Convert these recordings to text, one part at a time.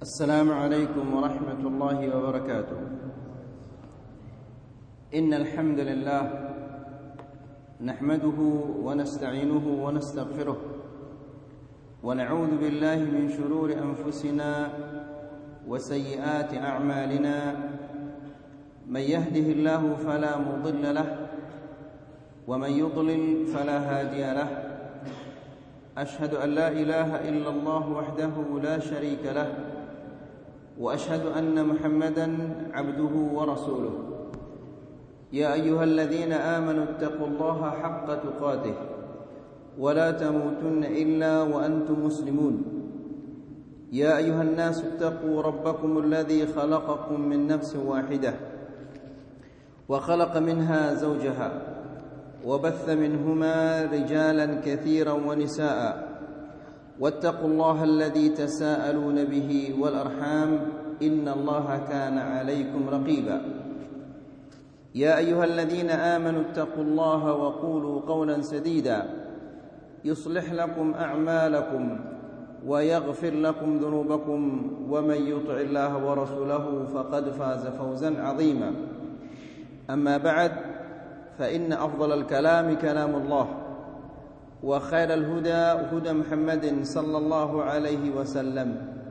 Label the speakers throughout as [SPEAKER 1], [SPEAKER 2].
[SPEAKER 1] السلام عليكم ورحمة الله وبركاته. إن الحمد لله نحمده ونستعينه ونستغفره ونعوذ بالله من شرور أنفسنا وسيئات أعمالنا. من يهده الله فلا مضل له ومن يضلل فلا هادي له. أشهد أن لا إله إلا الله وحده لا شريك له وأشهد أن محمدا عبده ورسوله. يا أيها الذين آمنوا اتقوا الله حق تقاته ولا تموتن إلا وأنتم مسلمون. يا أيها الناس اتقوا ربكم الذي خلقكم من نفس واحدة وخلق منها زوجها وبث منهما رجالا كثيرا ونساء. واتقوا الله الذي تساءلون به والأرحام إن الله كان عليكم رقيبا. يا أيها الذين آمنوا اتقوا الله وقولوا قولا سديدا يصلح لكم أعمالكم ويغفر لكم ذنوبكم ومن يطع الله ورسوله فقد فاز فوزا عظيما. أما بعد فإن أفضل الكلام كلام الله وخير الهدى هدى محمد صلى الله عليه وسلم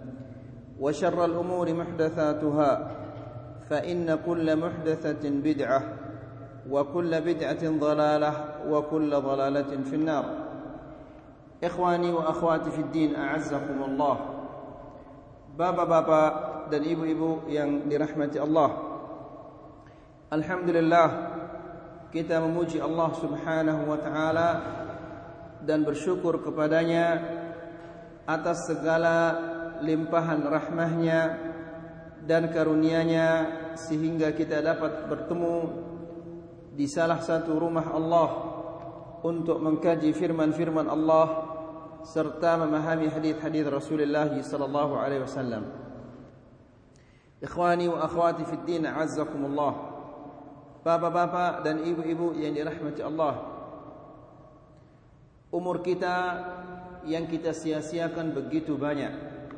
[SPEAKER 1] وشر الأمور محدثاتها فإن كل محدثة بدعة وكل بدعة ضلالة وكل ضلالة في النار. إخواني وأخواتي في الدين أعزكم الله. Bapak-bapak dan ibu-ibu yang dirahmati Allah, alhamdulillah kita memuji Allah Subhanahu wa taala dan bersyukur kepadanya atas segala limpahan rahmahnya dan karunia-Nya sehingga kita dapat bertemu di salah satu rumah Allah untuk mengkaji firman-firman Allah serta memahami hadis-hadis Rasulullah sallallahu alaihi wasallam. Ikhwani wa akhwati fid din, a'azzakumullah. Bapak-bapak dan ibu-ibu yang dirahmati Allah, umur kita yang kita sia-siakan begitu banyak.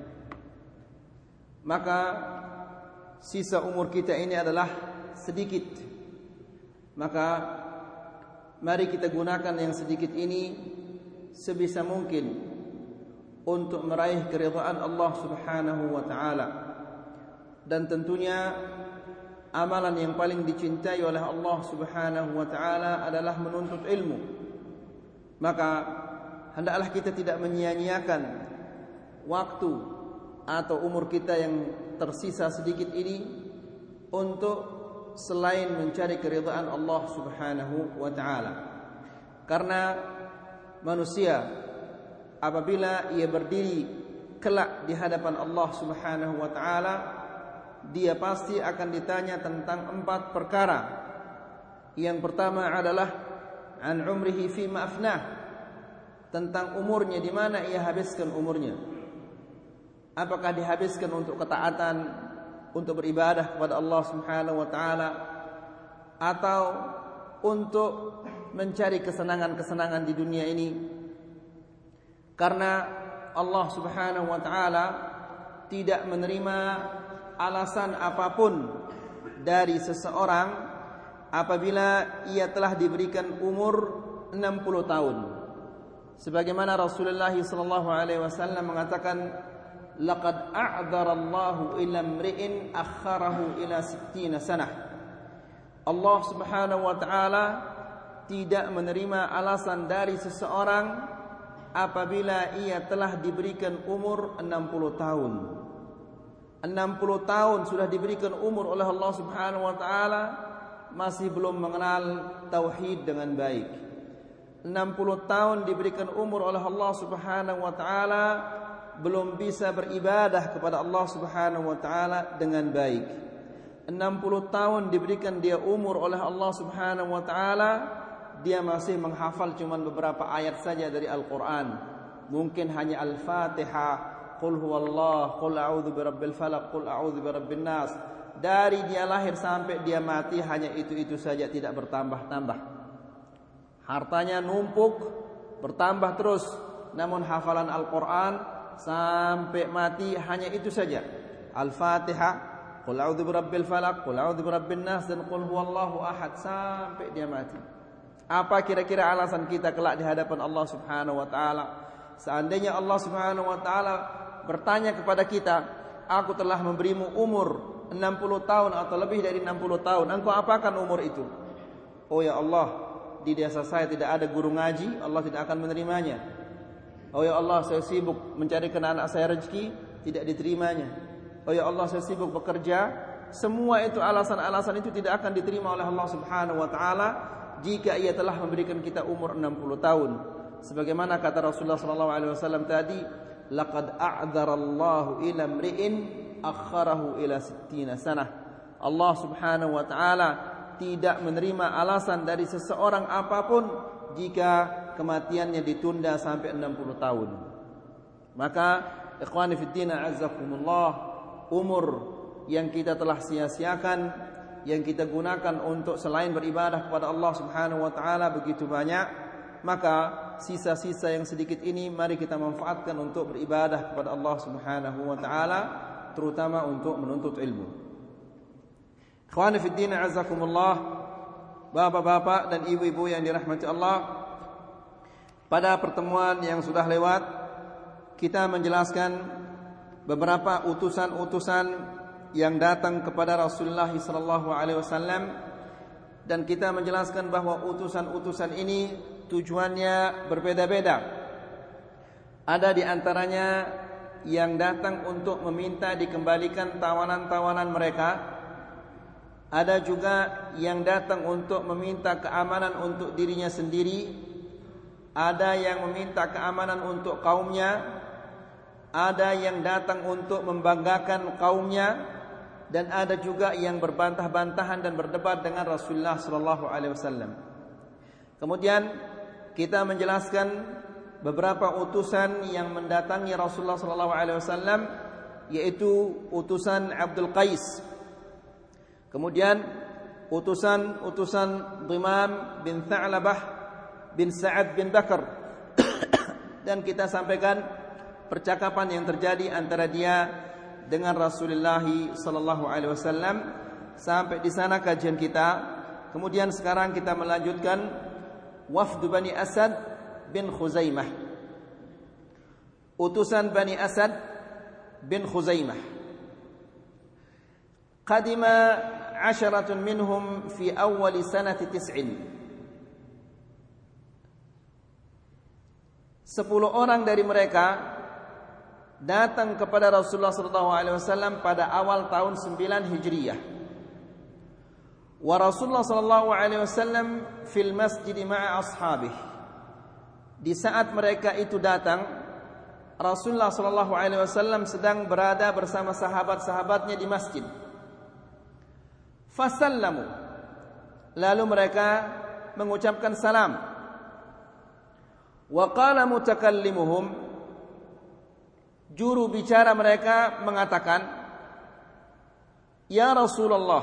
[SPEAKER 1] Maka sisa umur kita ini adalah sedikit. Maka mari kita gunakan yang sedikit ini sebisa mungkin untuk meraih keridhaan Allah Subhanahu wa taala. Dan tentunya amalan yang paling dicintai oleh Allah Subhanahu wa taala adalah menuntut ilmu. Maka hendaklah kita tidak menyia-nyiakan waktu atau umur kita yang tersisa sedikit ini untuk selain mencari keridhaan Allah Subhanahu wa taala. Karena manusia apabila ia berdiri kelak di hadapan Allah Subhanahu wa taala, dia pasti akan ditanya tentang 4 perkara. Yang pertama adalah an umrihi fima afnah, tentang umurnya, di mana ia habiskan umurnya. Apakah dihabiskan untuk ketaatan, untuk beribadah kepada Allah Subhanahu wa taala, atau untuk mencari kesenangan-kesenangan di dunia ini? Karena Allah Subhanahu wa taala tidak menerima alasan apapun dari seseorang apabila ia telah diberikan umur 60 tahun. Sebagaimana Rasulullah sallallahu alaihi wasallam mengatakan, laqad a'dzarallahu ila imri'in akharahu ila 60 sanah. Allah Subhanahu wa taala tidak menerima alasan dari seseorang apabila ia telah diberikan umur 60 tahun. 60 tahun sudah diberikan umur oleh Allah Subhanahu wa taala, masih belum mengenal tauhid dengan baik. 60 tahun diberikan umur oleh Allah Subhanahu wa taala, belum bisa beribadah kepada Allah Subhanahu wa taala dengan baik. 60 tahun diberikan dia umur oleh Allah Subhanahu wa taala, dia masih menghafal cuma beberapa ayat saja dari Al-Qur'an. Mungkin hanya Al-Fatihah, qul huwallah, qul a'udzu birabbil falaq, qul a'udzu birabbin nas. Dari dia lahir sampai dia mati hanya itu-itu saja, tidak bertambah-tambah. Hartanya numpuk, bertambah terus, namun hafalan Al-Qur'an sampai mati hanya itu saja. Al-Fatihah, qul a'udzu birabbil falaq, qul a'udzu birabbin nas, dan qul huwallahu ahad sampai dia mati. Apa kira-kira alasan kita kelak di hadapan Allah Subhanahu wa taala? Seandainya Allah Subhanahu wa taala bertanya kepada kita, aku telah memberimu umur 60 tahun atau lebih dari 60 tahun, engkau apakan umur itu? Oh ya Allah, di desa saya tidak ada guru ngaji, Allah tidak akan menerimanya. Oh ya Allah, saya sibuk mencarikan anak saya rezeki, tidak diterimanya. Oh ya Allah, saya sibuk bekerja. Semua itu alasan-alasan itu tidak akan diterima oleh Allah Subhanahu wa taala jika ia telah memberikan kita umur 60 tahun. Sebagaimana kata Rasulullah sallallahu alaihi wasallam tadi, laqad a'dzarallahu ila imri'in akharahu ila 60 sanah. Allah Subhanahu wa taala tidak menerima alasan dari seseorang apapun jika kematiannya ditunda sampai 60 tahun. Maka ikhwani fid din a'azzakumullah, umur yang kita telah sia-siakan, yang kita gunakan untuk selain beribadah kepada Allah Subhanahu wa taala begitu banyak, maka sisa-sisa yang sedikit ini mari kita manfaatkan untuk beribadah kepada Allah Subhanahu wa taala, terutama untuk menuntut ilmu. Ikhwani fid din a'azzakumullah, bapak-bapak dan ibu-ibu yang dirahmati Allah, pada pertemuan yang sudah lewat kita menjelaskan beberapa utusan-utusan yang datang kepada Rasulullah sallallahu alaihi wasallam, dan kita menjelaskan bahwa utusan-utusan ini tujuannya berbeda-beda. Ada di antaranya yang datang untuk meminta dikembalikan tawanan-tawanan mereka. Ada juga yang datang untuk meminta keamanan untuk dirinya sendiri. Ada yang meminta keamanan untuk kaumnya. Ada yang datang untuk membanggakan kaumnya, dan ada juga yang berbantah-bantahan dan berdebat dengan Rasulullah sallallahu alaihi wasallam. Kemudian kita menjelaskan beberapa utusan yang mendatangi Rasulullah sallallahu alaihi wasallam, yaitu utusan Abdul Qais. Kemudian utusan Dhimam bin Tha'labah bin Sa'ad bin Bakar. Dan kita sampaikan percakapan yang terjadi antara dia dengan Rasulullah sallallahu alaihi wasallam. Sampai di sana kajian kita. Kemudian sekarang kita melanjutkan wafdu Bani Asad bin Khuzaimah. Utusan Bani Asad bin Khuzaimah. Qadima 10 minhum fi awal sanati 9. 10 orang dari mereka datang kepada Rasulullah SAW pada awal tahun 9 Hijriyah. Wa Rasulullah SAW fil masjid ma'a ashabih. Di saat mereka itu datang, Rasulullah SAW sedang berada bersama sahabat-sahabatnya di masjid. Fasallamu, lalu mereka mengucapkan salam. Wa qala mutakallimuhum, juru bicara mereka mengatakan, ya Rasulullah,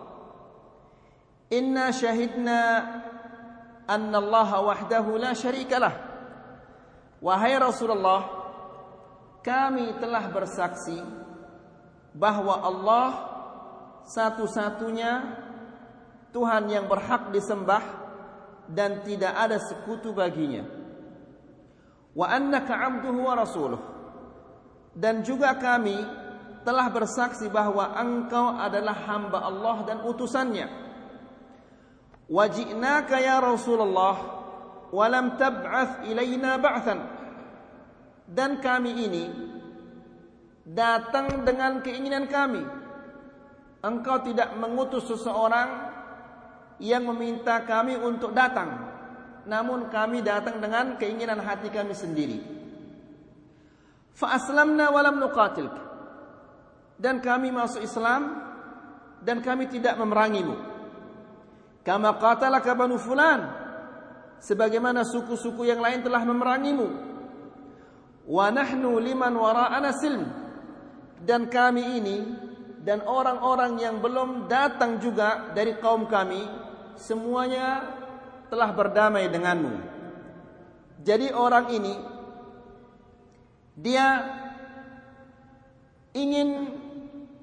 [SPEAKER 1] inna syahidna anna Allah wahdahu la syarika lah. Wahai Rasulullah, kami telah bersaksi bahwa Allah satu-satunya Tuhan yang berhak disembah dan tidak ada sekutu baginya. Wa annaka abduhu wa rasuluh, dan juga kami telah bersaksi bahwa engkau adalah hamba Allah dan utusannya. Wa ji'naka ya Rasulullah wa lam tab'ath ilaina ba'than, dan kami ini datang dengan keinginan kami. Engkau tidak mengutus seseorang yang meminta kami untuk datang, namun kami datang dengan keinginan hati kami sendiri. Fa aslamna wa lam nuqatilk, dan kami masuk Islam dan kami tidak memerangimu. Kama qatalaka banu fulan, sebagaimana suku-suku yang lain telah memerangimu. Wa nahnu liman wara'ana silm, dan kami ini dan orang-orang yang belum datang juga dari kaum kami, semuanya telah berdamai denganmu. Jadi orang ini dia ingin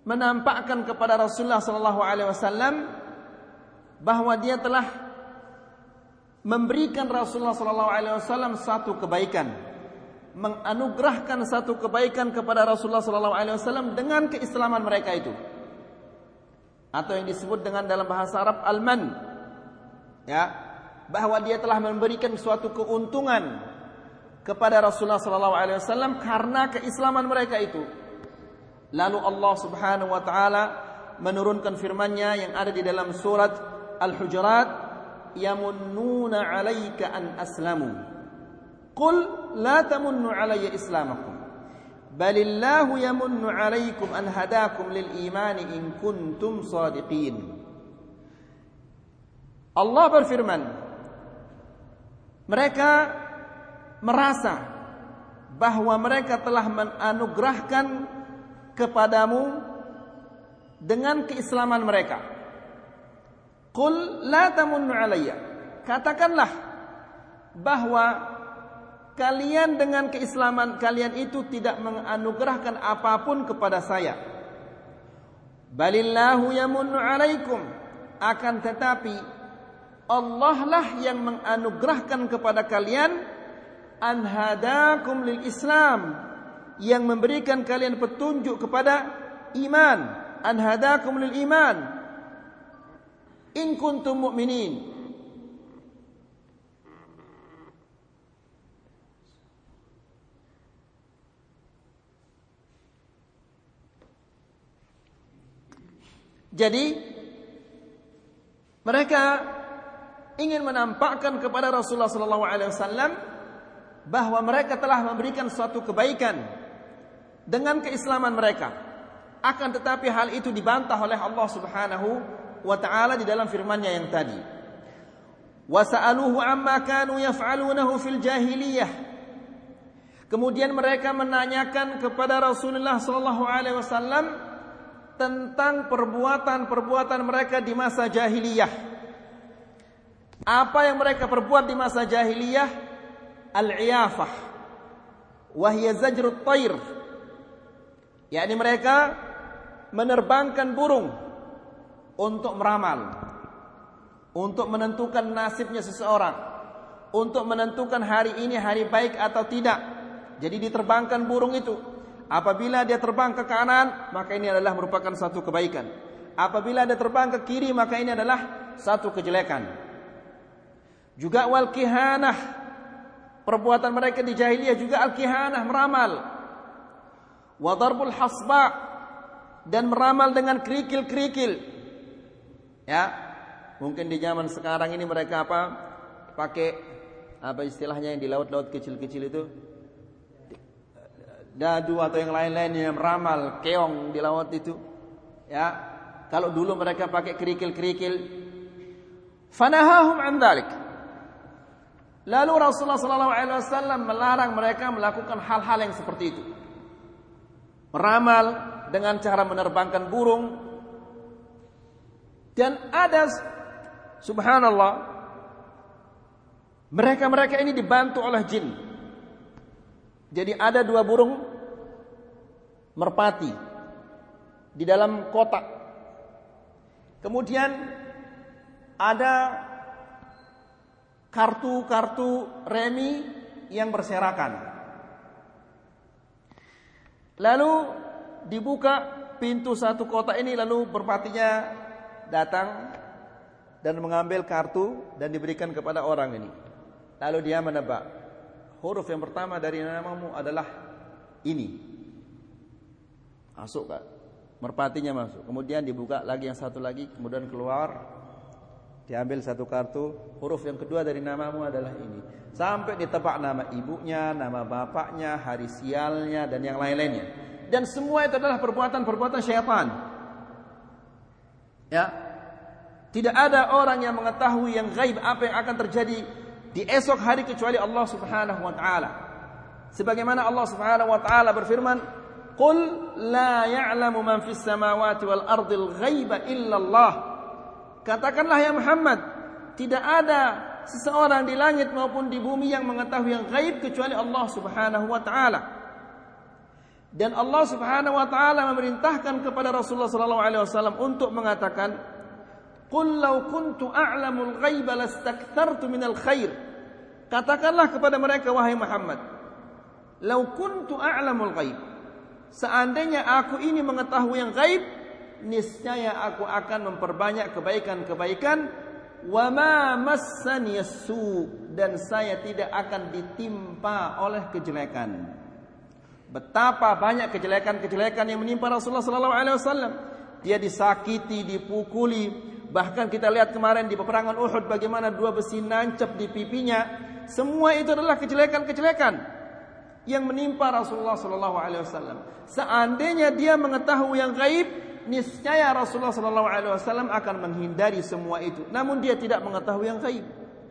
[SPEAKER 1] menampakkan kepada Rasulullah sallallahu alaihi wasallam bahwa dia telah memberikan Rasulullah sallallahu alaihi wasallam satu kebaikan, menganugerahkan satu kebaikan kepada Rasulullah sallallahu alaihi wasallam dengan keislaman mereka itu, atau yang disebut dengan dalam bahasa Arab al-man, ya, bahwa dia telah memberikan suatu keuntungan kepada Rasulullah sallallahu alaihi wasallam karena keislaman mereka itu. Lalu Allah Subhanahu wa taala menurunkan firman-Nya yang ada di dalam surat Al-Hujurat, yamunnuna 'alaika an aslamu qul la tamunnu 'alayya islamakum balillahu yamunnu 'alaikum an hadakum lil imani in kuntum shadiqin. Allah berfirman, mereka merasa bahwa mereka telah menganugerahkan kepadamu dengan keislaman mereka. Qul la tamunnu alayya, katakanlah bahwa kalian dengan keislaman kalian itu tidak menganugerahkan apapun kepada saya. Balillahu yamunnu alaikum, akan tetapi Allah lah yang menganugerahkan kepada kalian an hadakum lil Islam, yang memberikan kalian petunjuk kepada iman, an hadakum lil iman in kuntum mu'minin. Jadi mereka ingin menampakkan kepada Rasulullah sallallahu alaihi wasallam bahwa mereka telah memberikan suatu kebaikan dengan keislaman mereka. Akan tetapi hal itu dibantah oleh Allah Subhanahu wa taala di dalam firman-Nya yang tadi. Wa sa'aluhu amma kanu yaf'alunahu fil jahiliyah. Kemudian mereka menanyakan kepada Rasulullah sallallahu alaihi wasallam tentang perbuatan-perbuatan mereka di masa jahiliyah. Apa yang mereka perbuat di masa jahiliyah? Al-iyafah wa hiya zajrut tayr, yakni mereka menerbangkan burung untuk meramal, untuk menentukan nasibnya seseorang, untuk menentukan hari ini hari baik atau tidak. Jadi diterbangkan burung itu. Apabila dia terbang ke kanan, maka ini adalah merupakan satu kebaikan. Apabila dia terbang ke kiri, maka ini adalah satu kejelekan. Juga wal kihanah, perbuatan mereka di jahiliyah juga al-kihanah, meramal. Wa darbul hasba, dan meramal dengan kerikil-kerikil. Ya, mungkin di zaman sekarang ini mereka pakai apa istilahnya yang di laut-laut kecil-kecil itu, dadu atau yang lain-lain yang meramal, keong di laut itu. Ya, kalau dulu mereka pakai kerikil-kerikil. Fanahahum an dzalik. Lalu Rasulullah sallallahu alaihi wasallam melarang mereka melakukan hal-hal yang seperti itu. Meramal dengan cara menerbangkan burung. Dan ada, subhanallah, mereka-mereka ini dibantu oleh jin. Jadi ada dua burung merpati di dalam kotak. Kemudian ada kartu-kartu remi yang berserakan. Lalu dibuka pintu satu kotak ini, lalu merpatinya datang dan mengambil kartu dan diberikan kepada orang ini. Lalu dia menebak, huruf yang pertama dari namamu adalah ini. Masuk Kak, merpatinya masuk. Kemudian dibuka lagi yang satu lagi, kemudian keluar, diambil satu kartu, huruf yang kedua dari namamu adalah ini. Sampai ditebak nama ibunya, nama bapaknya, hari sialnya, dan yang lain-lainnya. Dan semua itu adalah perbuatan-perbuatan syaitan. Ya, tidak ada orang yang mengetahui yang gaib apa yang akan terjadi di esok hari kecuali Allah Subhanahu wa taala. Sebagaimana Allah Subhanahu wa taala berfirman, "Qul la ya'lamu man fis samawati wal ardil ghaiba illa Allah." Katakanlah ya Muhammad, tidak ada seseorang di langit maupun di bumi yang mengetahui yang gaib kecuali Allah Subhanahu wa taala. Dan Allah Subhanahu wa taala memerintahkan kepada Rasulullah sallallahu alaihi wasallam untuk mengatakan, "Qul law kuntu a'lamul ghaiba lastakthartu minal khair." Katakanlah kepada mereka, wahai Muhammad, "Law kuntu a'lamul ghaib." Seandainya aku ini mengetahui yang gaib, niscaya aku akan memperbanyak kebaikan-kebaikan. Wa ma massani as-su, dan saya tidak akan ditimpa oleh kejelekan. Betapa banyak kejelekan-kejelekan yang menimpa Rasulullah sallallahu alaihi wasallam. Dia disakiti, dipukuli. Bahkan kita lihat kemarin di peperangan Uhud bagaimana 2 besi nancep di pipinya. Semua itu adalah kejelekan-kejelekan yang menimpa Rasulullah sallallahu alaihi wasallam. Seandainya dia mengetahui yang gaib, niscaya Rasulullah sallallahu alaihi wasallam akan menghindari semua itu. Namun dia tidak mengetahui yang gaib.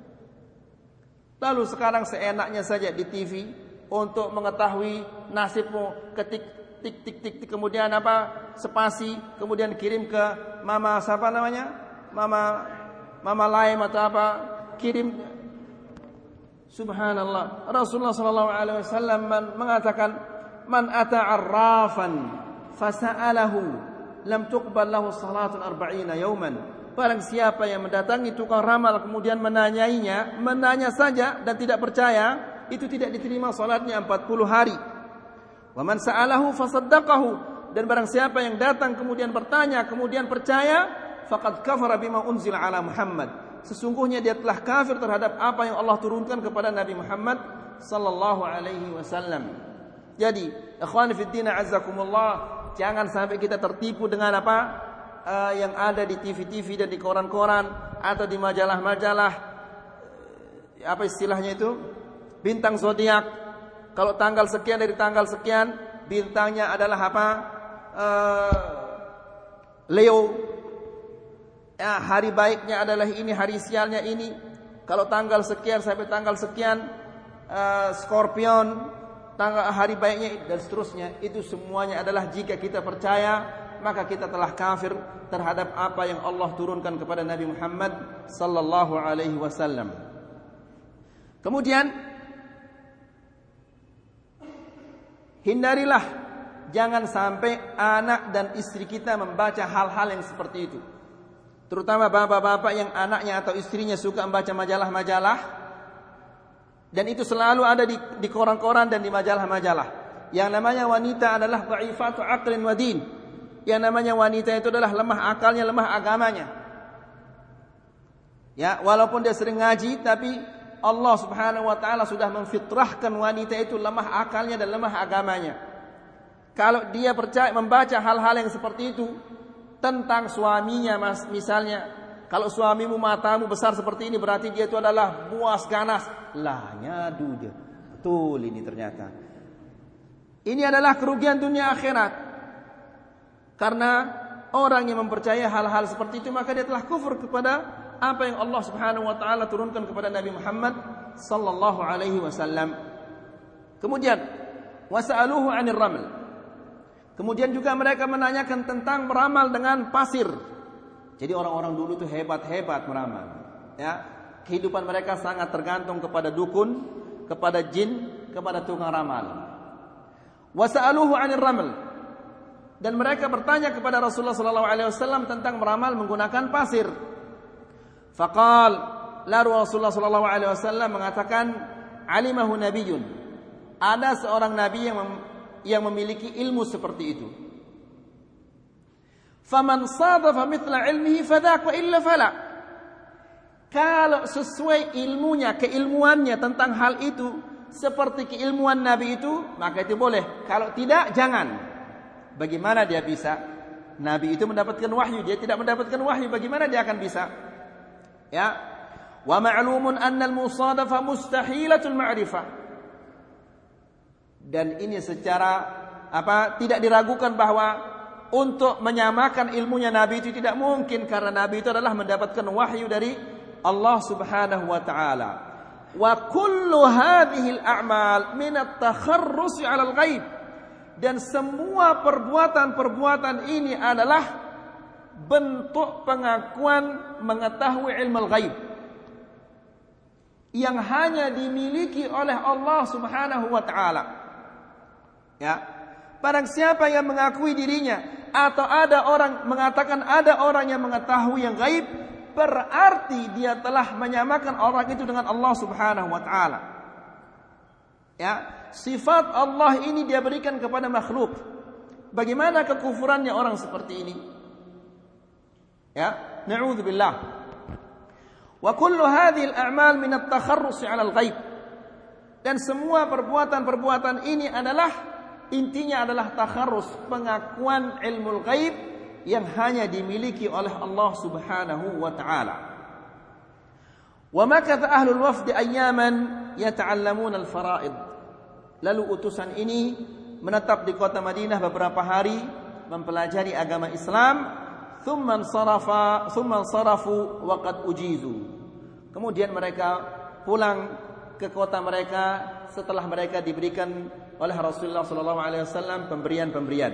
[SPEAKER 1] Lalu sekarang seenaknya saja di TV untuk mengetahui nasibmu, ketik tik tik tik, tik kemudian spasi, kemudian kirim ke mama siapa namanya, mama lain atau kirim. Subhanallah, Rasulullah sallallahu alaihi wasallam mengatakan, man ata arrafan fasa'alahu lam tuqbal lahu salatun 40 yauman. Barang siapa yang mendatangi tukang ramal kemudian menanya saja dan tidak percaya, itu tidak diterima salatnya 40 hari. Wa man sa'alahu fasaddaqahu, dan barang siapa yang datang kemudian bertanya kemudian percaya, faqad kafara bima unzila ala Muhammad. Sesungguhnya dia telah kafir terhadap apa yang Allah turunkan kepada Nabi Muhammad sallallahu alaihi wasallam. Jadi, ikhwan fi din azzakumullah, jangan sampai kita tertipu dengan yang ada di TV-TV dan di koran-koran atau di majalah-majalah, apa istilahnya itu? Bintang zodiak. Kalau tanggal sekian dari tanggal sekian, bintangnya adalah Leo. Ya, hari baiknya adalah ini, hari sialnya ini. Kalau tanggal sekian sampai tanggal sekian, Scorpion, hari baiknya dan seterusnya. Itu semuanya adalah jika kita percaya, maka kita telah kafir terhadap apa yang Allah turunkan kepada Nabi Muhammad sallallahu alaihi wasallam. Kemudian hindarilah jangan sampai anak dan istri kita membaca hal-hal yang seperti itu. Terutama bapak-bapak yang anaknya atau istrinya suka membaca majalah-majalah, dan itu selalu ada di koran-koran dan di majalah-majalah. Yang namanya wanita adalah dhaifatu aqlin wa din. Yang namanya wanita itu adalah lemah akalnya, lemah agamanya. Ya, walaupun dia sering ngaji, tapi Allah Subhanahu wa taala sudah memfitrahkan wanita itu lemah akalnya dan lemah agamanya. Kalau dia percaya membaca hal-hal yang seperti itu tentang suaminya, misalnya, kalau suamimu matamu besar seperti ini berarti dia itu adalah buas ganas. Lah, nyadu dia. Betul ini ternyata. Ini adalah kerugian dunia akhirat. Karena orang yang mempercayai hal-hal seperti itu, maka dia telah kufur kepada apa yang Allah Subhanahu wa taala turunkan kepada Nabi Muhammad sallallahu alaihi wasallam. Kemudian wasa'aluhu 'anil raml. Kemudian juga mereka menanyakan tentang meramal dengan pasir. Jadi orang-orang dulu itu hebat-hebat meramal. Ya, kehidupan mereka sangat tergantung kepada dukun, kepada jin, kepada tukang ramal. Wasa'aluhu 'anil raml. Dan mereka bertanya kepada Rasulullah sallallahu alaihi wasallam tentang meramal menggunakan pasir. Faqal, lalu Rasulullah sallallahu alaihi wasallam mengatakan, alimahu nabiyyun. Ada seorang nabi yang memiliki ilmu seperti itu. Faman sadafa mithla ilmihi fadhak wa illa fala. Kalau sesuai ilmunya, keilmuannya tentang hal itu seperti keilmuan nabi itu, maka itu boleh. Kalau tidak, jangan. Bagaimana dia bisa? Nabi itu mendapatkan wahyu, dia tidak mendapatkan wahyu, bagaimana dia akan bisa? Ya. Wa ma'lumun anna al-musadafa mustahilatul ma'rifah. Dan ini secara tidak diragukan bahwa untuk menyamakan ilmunya Nabi itu tidak mungkin, karena Nabi itu adalah mendapatkan wahyu dari Allah Subhanahu wa taala. Wa kullu hadhihi al-a'mal min at-takharrus 'ala al-ghaib. Dan semua perbuatan-perbuatan ini adalah bentuk pengakuan mengetahui ilmu ghaib yang hanya dimiliki oleh Allah Subhanahu wa taala. Ya. Barang siapa yang mengakui dirinya atau ada orang mengatakan ada orang yang mengetahui yang gaib, berarti dia telah menyamakan orang itu dengan Allah Subhanahu wa taala. Ya, sifat Allah ini dia berikan kepada makhluk. Bagaimana kekufurannya orang seperti ini? Ya, na'udzubillah. Wa kullu hadhihi al-a'mal min at-takharrus 'ala al-ghaib. Dan semua perbuatan-perbuatan ini adalah intinya adalah takharrus, pengakuan ilmu ghaib yang hanya dimiliki oleh Allah Subhanahu wa taala. Wa makatha ahlul wafd ayyaman yata'allamuna al-fara'id. Lalu utusan ini menetap di kota Madinah beberapa hari mempelajari agama Islam, thumma sarafu wa qad ujizu. Kemudian mereka pulang ke kota mereka setelah mereka diberikan oleh Rasulullah sallallahu alaihi wasallam pemberian-pemberian.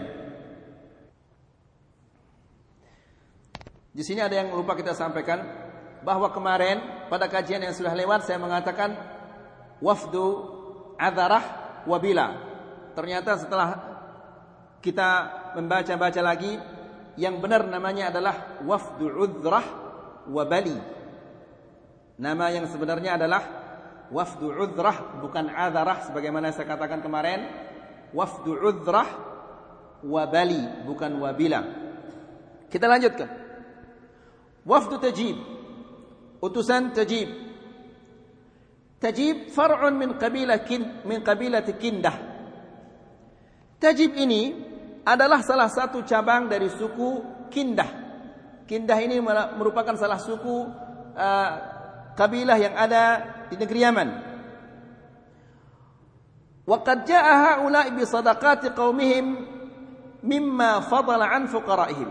[SPEAKER 1] Di sini ada yang lupa kita sampaikan bahwa kemarin pada kajian yang sudah lewat saya mengatakan wafdu Adzarah wa Bila. Ternyata setelah kita membaca-baca lagi, yang benar namanya adalah wafdu Udzrah wa Bali. Nama yang sebenarnya adalah wafdu Udzrah, bukan Adzarah sebagaimana saya katakan kemarin. Wafdu Udzrah wa Bali, bukan Wabila. Kita lanjutkan. Wafdu Tajib, utusan Tajib. Tajib far'un min qabilati Kindah. Tajib ini adalah salah satu cabang dari suku Kindah. Kindah ini merupakan salah suku kabilah yang ada di negeri Yaman. Wa qad jaa haula'i bi sadaqati qaumihim mimma fadala an fuqara'ihim.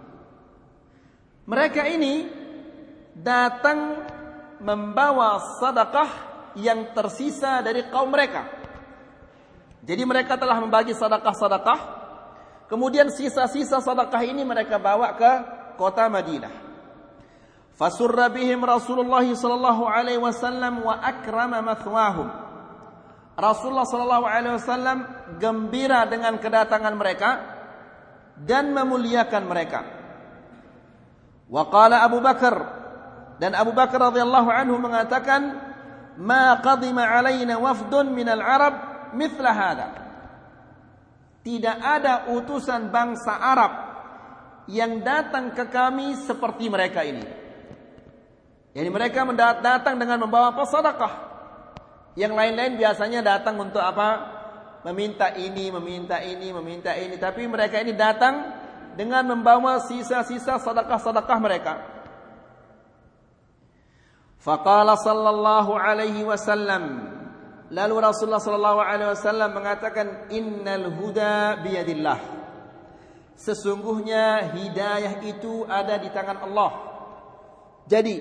[SPEAKER 1] Mereka ini datang membawa sedekah yang tersisa dari kaum mereka. Jadi mereka telah membagi sedekah-sedekah, kemudian sisa-sisa sedekah ini mereka bawa ke kota Madinah. Fasurra bihim Rasulullah sallallahu alaihi wasallam wa akrama mathwahum. Rasulullah sallallahu alaihi wasallam gembira dengan kedatangan mereka dan memuliakan mereka. Wa qala Abu Bakar, dan Abu Bakar radhiyallahu anhu mengatakan, "Ma qadima alaina wafdun minal Arab mithla hadha." Tidak ada utusan bangsa Arab yang datang ke kami seperti mereka ini. Jadi mereka datang dengan membawa sedekah. Yang lain-lain biasanya datang untuk apa? Meminta ini, meminta ini, meminta ini. Tapi mereka ini datang dengan membawa sisa-sisa sedekah-sedekah mereka. Faqala sallallahu alaihi wasallam, lalu Rasulullah sallallahu alaihi wasallam mengatakan, innal huda biyadillah. Sesungguhnya hidayah itu ada di tangan Allah. Jadi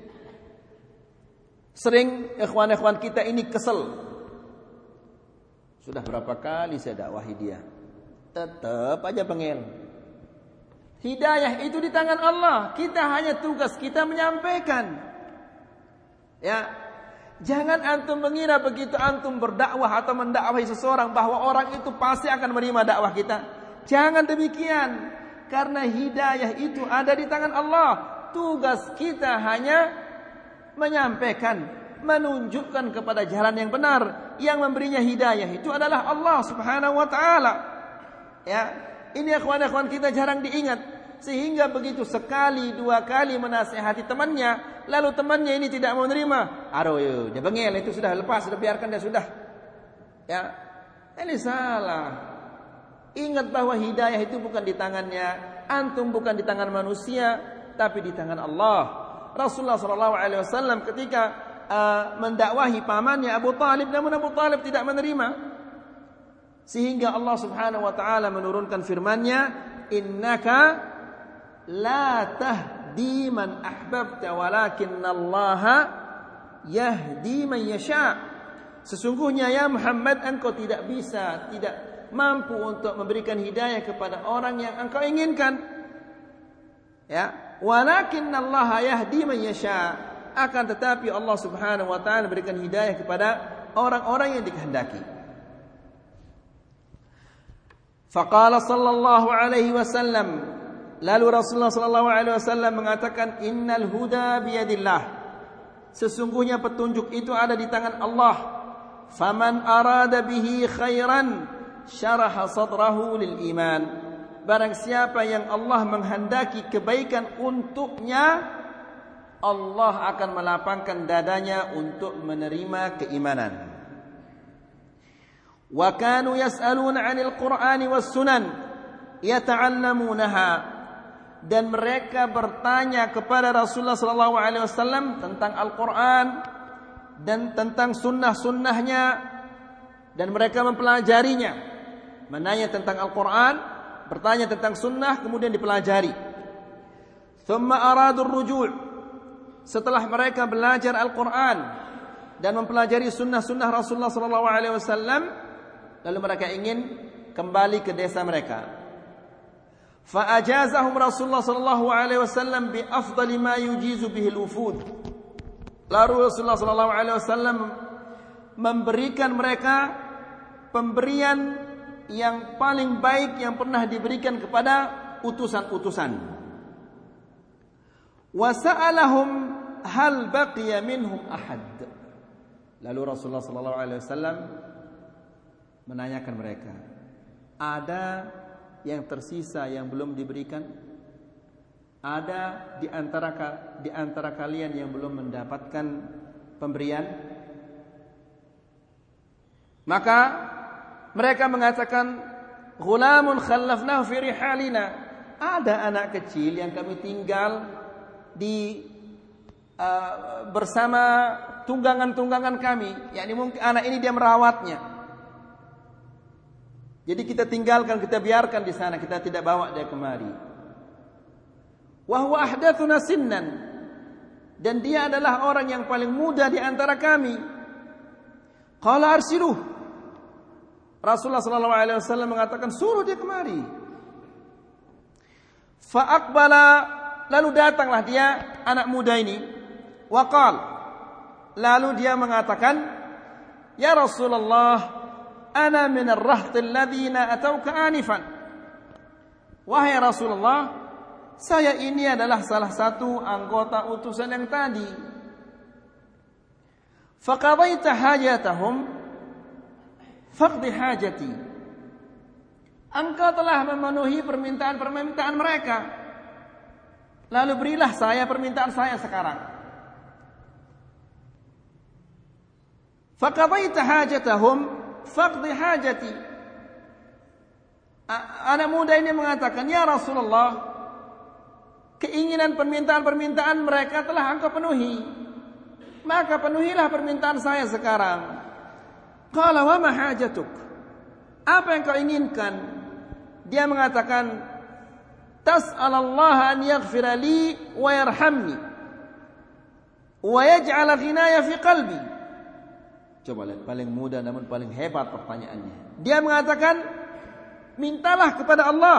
[SPEAKER 1] sering ikhwan-ikhwan kita ini kesel. Sudah berapa kali saya dakwahi dia, tetap aja bengel. Hidayah itu di tangan Allah. Kita hanya tugas kita menyampaikan. Ya, jangan antum mengira begitu antum berdakwah atau mendakwahi seseorang bahwa orang itu pasti akan menerima dakwah kita. Jangan demikian, karena hidayah itu ada di tangan Allah. Tugas kita hanya menyampaikan, menunjukkan kepada jalan yang benar. Yang memberinya hidayah itu adalah Allah Subhanahu wa taala. Ya, ini ikhwan-ikhwan kita jarang diingat. Sehingga begitu sekali dua kali menasihati temannya, lalu temannya ini tidak mau menerima. Aduh, dia bengel, itu sudah lepas, sudah biarkan dia sudah. Ya, ini salah. Ingat bahwa hidayah itu bukan di tangannya antum, bukan di tangan manusia, tapi di tangan Allah. Rasulullah SAW ketika mendakwahi pamannya Abu Talib, namun Abu Talib tidak menerima. Sehingga Allah Subhanahu wa taala menurunkan firman-Nya, innaka la tahdi man ahbabta walakinallaha yahdi man yasha. Sesungguhnya ya Muhammad, engkau tidak bisa, tidak mampu untuk memberikan hidayah kepada orang yang engkau inginkan. Ya, walakinallaha yahdi man yasha. Akan tetapi Allah Subhanahu wa taala berikan hidayah kepada orang-orang yang dikehendaki. Faqala sallallahu alaihi wasallam, lalu Rasulullah sallallahu alaihi wasallam mengatakan, innal huda biyadillah, sesungguhnya petunjuk itu ada di tangan Allah. Faman arada bihi khairan syaraha sadrahu lil iman, barang siapa yang Allah menghendaki kebaikan untuknya, Allah akan melapangkan dadanya untuk menerima keimanan. Wa kanu yas'aluna 'anil Qur'ani was sunan yata'allamunaha, dan mereka bertanya kepada Rasulullah sallallahu alaihi wasallam tentang Al-Qur'an dan tentang sunnah-sunnahnya, dan mereka mempelajarinya. Menanya tentang Al-Qur'an, bertanya tentang sunnah, kemudian dipelajari. Thumma aradu ar-ruju', setelah mereka belajar Al-Qur'an dan mempelajari sunnah-sunnah Rasulullah sallallahu alaihi wasallam, lalu mereka ingin kembali ke desa mereka. Fa ajazahum Rasulullah sallallahu alaihi wasallam bi afdali ma yujizu bihi al-wufud. Lalu Rasulullah sallallahu alaihi wasallam memberikan mereka pemberian yang paling baik yang pernah diberikan kepada utusan-utusan. Wa sa'alahum hal baqiya minhum ahad. Lalu Rasulullah sallallahu alaihi wasallam menanyakan mereka, ada yang tersisa yang belum diberikan? Ada di antara kalian yang belum mendapatkan pemberian? Maka mereka mengatakan, ghulamun khallafnahu fi rihalina, ada anak kecil yang kami tinggal di bersama tunggangan-tunggangan kami, yakni mungkin anak ini dia merawatnya. Jadi kita tinggalkan, kita biarkan di sana, kita tidak bawa dia kemari. Wa huwa ahdatsuna sinnan, dan dia adalah orang yang paling muda di antara kami. Qala arsiluh, Rasulullah sallallahu alaihi wasallam mengatakan, suruh dia kemari. Fa aqbala, lalu datanglah dia anak muda ini. Wa qala, lalu dia mengatakan, ya Rasulullah, ana min ar-raht alladhina atauka anifan. Wahai Rasulullah, saya ini adalah salah satu anggota utusan yang tadi. Faqadaita hajatahum faqdi hajati, engkau telah memenuhi permintaan-permintaan mereka, lalu berilah saya permintaan saya sekarang. Faqadaita hajatahum faqdi hajati. Anak muda ini mengatakan, ya Rasulullah, keinginan permintaan-permintaan mereka telah engkau penuhi, maka penuhilah permintaan saya sekarang. Qala wa ma hajatuk, apa yang kau inginkan? Dia mengatakan, tas'alallaha an yaghfira li wa yarhamni wa yaj'ala ghinaya fi qalbi. Coba lihat, paling mudah namun paling hebat pertanyaannya. Dia mengatakan, mintalah kepada Allah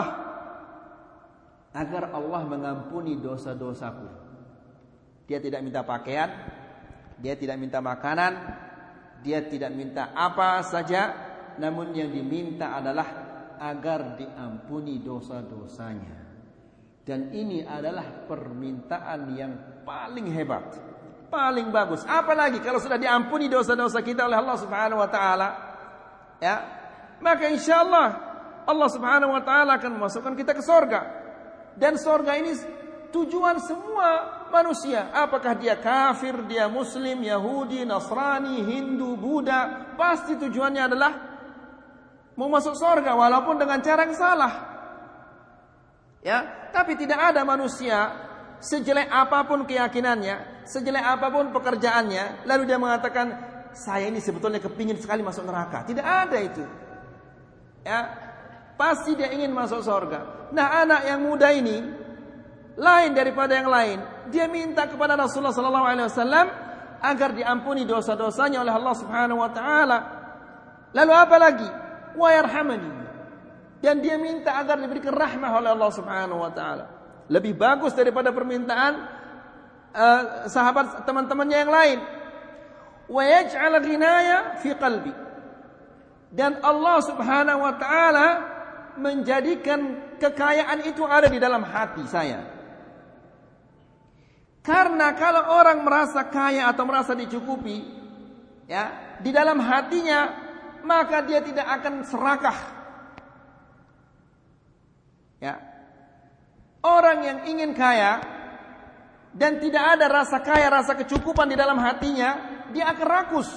[SPEAKER 1] agar Allah mengampuni dosa-dosaku. Dia tidak minta pakaian, dia tidak minta makanan, dia tidak minta apa saja, namun yang diminta adalah agar diampuni dosa-dosanya. Dan ini adalah permintaan yang paling hebat, paling bagus. Apalagi kalau sudah diampuni dosa-dosa kita oleh Allah Subhanahu wa taala, ya, maka insyaallah Allah Subhanahu wa taala akan memasukkan kita ke surga. Dan surga ini tujuan semua manusia, apakah dia kafir, dia muslim, Yahudi, Nasrani, Hindu, Buddha, pasti tujuannya adalah mau masuk surga walaupun dengan cara yang salah. Ya, tapi tidak ada manusia sejelek apapun keyakinannya, sejelek apapun pekerjaannya, lalu dia mengatakan, saya ini sebetulnya kepingin sekali masuk neraka. Tidak ada itu. Ya, pasti dia ingin masuk surga. Nah, anak yang muda ini lain daripada yang lain. Dia minta kepada Rasulullah SAW agar diampuni dosa-dosanya oleh Allah Subhanahu wa taala. Lalu apa lagi? Wa yarhamani. Dan dia minta agar diberikan rahmah oleh Allah Subhanahu wa taala. Lebih bagus daripada permintaan sahabat teman-temannya yang lain. Wa yaj'al ghinaya fi qalbi. Dan Allah Subhanahu wa taala menjadikan kekayaan itu ada di dalam hati saya. Karena kalau orang merasa kaya atau merasa dicukupi, ya, di dalam hatinya, maka dia tidak akan serakah. Ya. Orang yang ingin kaya dan tidak ada rasa kaya, rasa kecukupan di dalam hatinya, dia akan rakus.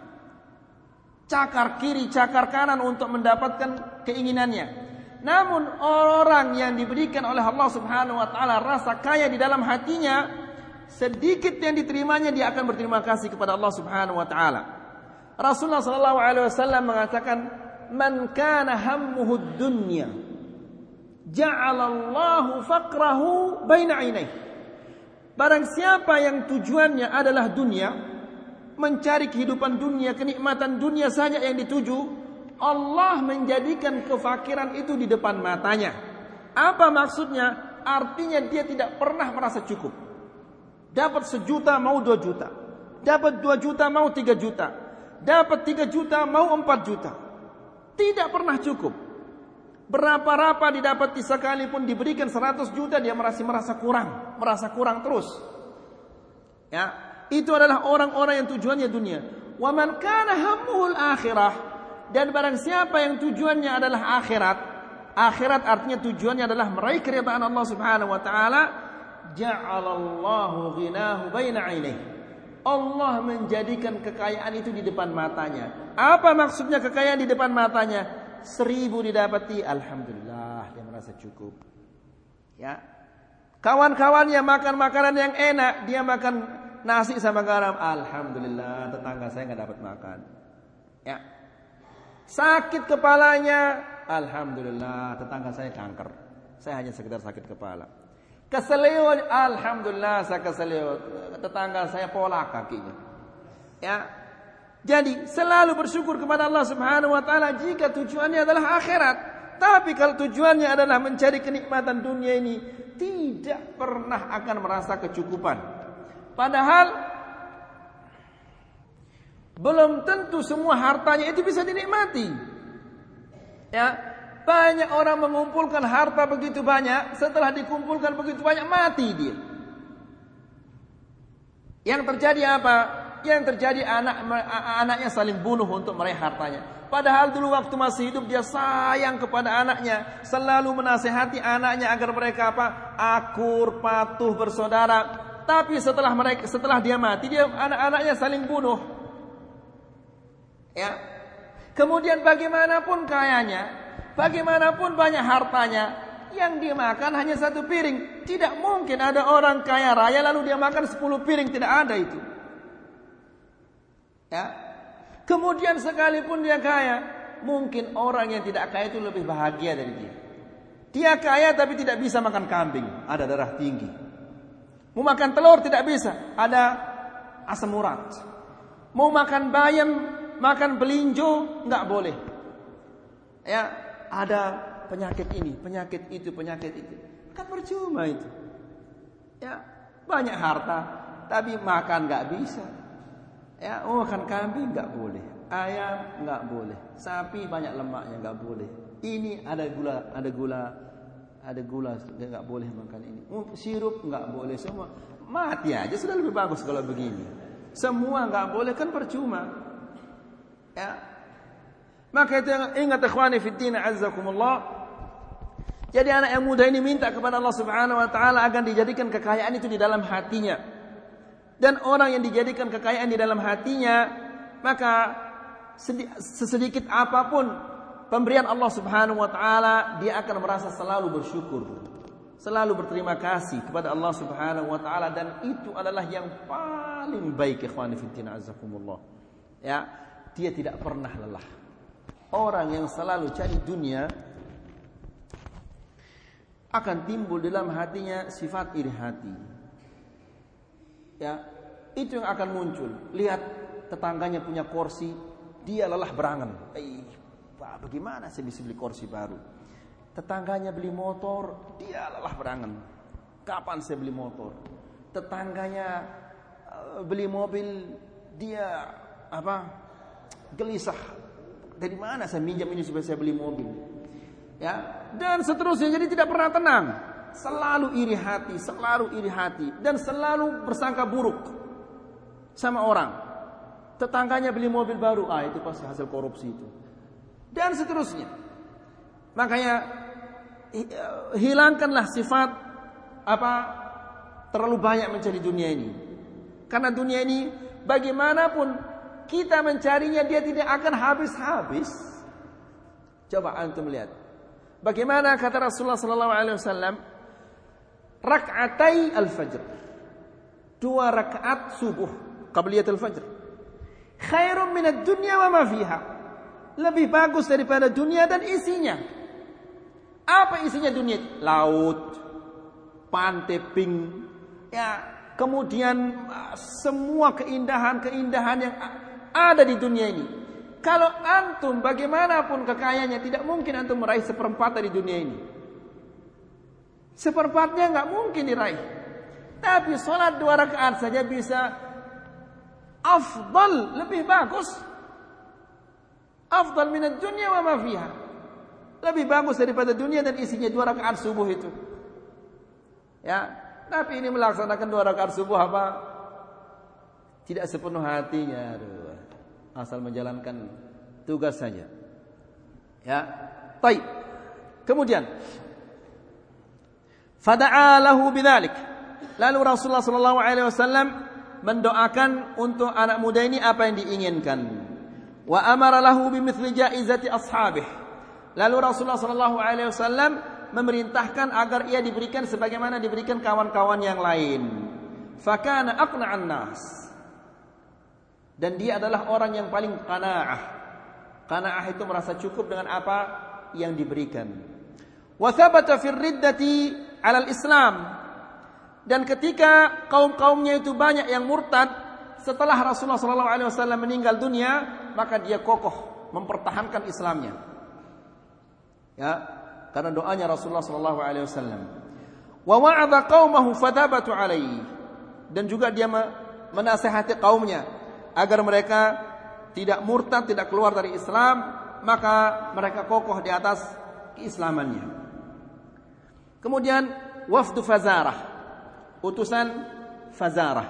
[SPEAKER 1] Cakar kiri, cakar kanan untuk mendapatkan keinginannya. Namun orang yang diberikan oleh Allah Subhanahu wa taala rasa kaya di dalam hatinya, sedikit yang diterimanya dia akan berterima kasih kepada Allah Subhanahu wa taala. Rasulullah sallallahu alaihi wasallam mengatakan, "Man kana hammuhu dunya, ja'alallahu faqrahu baina 'ainaihi." Barang siapa yang tujuannya adalah dunia, mencari kehidupan dunia, kenikmatan dunia saja yang dituju, Allah menjadikan kefakiran itu di depan matanya. Apa maksudnya? Artinya dia tidak pernah merasa cukup. Dapat 1 juta mau 2 juta. Dapat 2 juta mau 3 juta. Dapat 3 juta mau 4 juta. Tidak pernah cukup. Berapa-rapa didapati sekalipun diberikan 100 juta dia masih merasa kurang terus. Ya, itu adalah orang-orang yang tujuannya dunia. Wa man kana hammuhul akhirah, dan barang siapa yang tujuannya adalah akhirat, akhirat artinya tujuannya adalah meraih keridhaan Allah Subhanahu wa taala, ja'alallahu ghinahu baina 'ainaihi. Allah menjadikan kekayaan itu di depan matanya. Apa maksudnya kekayaan di depan matanya? 1000 didapati, alhamdulillah, dia merasa cukup. Ya. Kawan-kawannya makan makanan yang enak, dia makan nasi sama garam, alhamdulillah, tetangga saya enggak dapat makan. Ya. Sakit kepalanya, alhamdulillah, tetangga saya kanker. Saya hanya sekedar sakit kepala. Keseleo, alhamdulillah, saya keseleo, tetangga saya pola kakinya. Ya. Jadi selalu bersyukur kepada Allah Subhanahu wa taala jika tujuannya adalah akhirat. Tapi kalau tujuannya adalah mencari kenikmatan dunia ini, tidak pernah akan merasa kecukupan. Padahal belum tentu semua hartanya itu bisa dinikmati. Ya, banyak orang mengumpulkan harta begitu banyak, setelah dikumpulkan begitu banyak mati dia. Yang terjadi apa? Yang terjadi anaknya saling bunuh untuk meraih hartanya. Padahal dulu waktu masih hidup dia sayang kepada anaknya, selalu menasihati anaknya agar mereka akur, patuh, bersaudara. Tapi setelah dia mati, anak-anaknya saling bunuh. Ya. Kemudian bagaimanapun kayanya, bagaimanapun banyak hartanya, yang dia makan hanya 1 piring. Tidak mungkin ada orang kaya raya lalu dia makan 10 piring, tidak ada itu. Ya. Kemudian sekalipun dia kaya, mungkin orang yang tidak kaya itu lebih bahagia dari dia. Dia kaya tapi tidak bisa makan kambing, ada darah tinggi. Mau makan telur tidak bisa, ada asam urat. Mau makan bayam, makan belinjo, enggak boleh. Ya, ada penyakit ini, penyakit itu, penyakit itu. Kan percuma itu. Ya, banyak harta tapi makan enggak bisa. Ya, makan kambing enggak boleh, ayam enggak boleh, sapi banyak lemaknya enggak boleh. Ini ada gula enggak boleh makan ini. Sirup enggak boleh, semua mati aja sudah lebih bagus kalau begini. Semua enggak boleh kan percuma. Ya. Maka itu ingat ikhwani fiddin azzakumullah. Jadi anak yang muda ini minta kepada Allah Subhanahu wa taala agar dijadikan kekayaan itu di dalam hatinya. Dan orang yang dijadikan kekayaan di dalam hatinya, maka sesedikit apapun pemberian Allah Subhanahu wa taala, dia akan merasa selalu bersyukur, selalu berterima kasih kepada Allah Subhanahu wa taala, dan itu adalah yang paling baik ikhwani fiddin azzakumullah. Ya, dia tidak pernah lelah. Orang yang selalu cari dunia akan timbul dalam hatinya sifat iri hati. Ya, itu yang akan muncul. Lihat tetangganya punya kursi, dia lelah berangan. Pak, bagaimana saya bisa beli kursi baru? Tetangganya beli motor, dia lelah berangan. Kapan saya beli motor? Tetangganya beli mobil, dia gelisah. Dari mana saya minjam ini supaya saya beli mobil? Ya, dan seterusnya. Jadi tidak pernah tenang. Selalu iri hati dan selalu bersangka buruk sama orang. Tetangganya beli mobil baru, itu pasti hasil korupsi itu. Dan seterusnya. Makanya hilangkanlah sifat terlalu banyak mencari dunia ini. Karena dunia ini bagaimanapun kita mencarinya, dia tidak akan habis-habis. Coba antum lihat. Bagaimana kata Rasulullah sallallahu alaihi wasallam, rak'atai al-fajr, 2 rakaat subuh qabliyatul fajr, khairum minad dunya wa ma fiha, lebih bagus daripada dunia dan isinya. Apa isinya dunia? Laut, pantai pink, ya, kemudian semua keindahan-keindahan yang ada di dunia ini. Kalau antum bagaimanapun kekayaannya, tidak mungkin antum meraih 1/4 dari dunia ini. 1/4-nya nggak mungkin diraih. Tapi sholat 2 rakaat saja bisa afdal, lebih bagus. Afdal minad dunya wa ma fiha. Lebih bagus daripada dunia dan isinya 2 rakaat subuh itu. Ya, tapi ini melaksanakan 2 rakaat subuh tidak sepenuh hatinya, asal menjalankan tugas saja. Ya, baik. Kemudian fada'a lahu bidzalik. Lalu Rasulullah sallallahu alaihi wasallam mendoakan untuk anak muda ini apa yang diinginkan. Wa amara lahu bimithli jaizati ashabih. Lalu Rasulullah sallallahu alaihi wasallam memerintahkan agar ia diberikan sebagaimana diberikan kawan-kawan yang lain. Fakana aqna'an nas. Dan dia adalah orang yang paling qanaah. Qanaah itu merasa cukup dengan apa yang diberikan. Wa thabata fir riddati 'ala al-Islam. Dan ketika kaum-kaumnya itu banyak yang murtad setelah Rasulullah sallallahu alaihi wasallam meninggal dunia, maka dia kokoh mempertahankan Islamnya. Ya, karena doanya Rasulullah sallallahu alaihi wasallam. Wa wa'adha qaumahu fathabatu alaihi. Dan juga dia menasihati kaumnya agar mereka tidak murtad, tidak keluar dari Islam, maka mereka kokoh di atas keislamannya. Kemudian wafdu Fazarah, utusan Fazarah.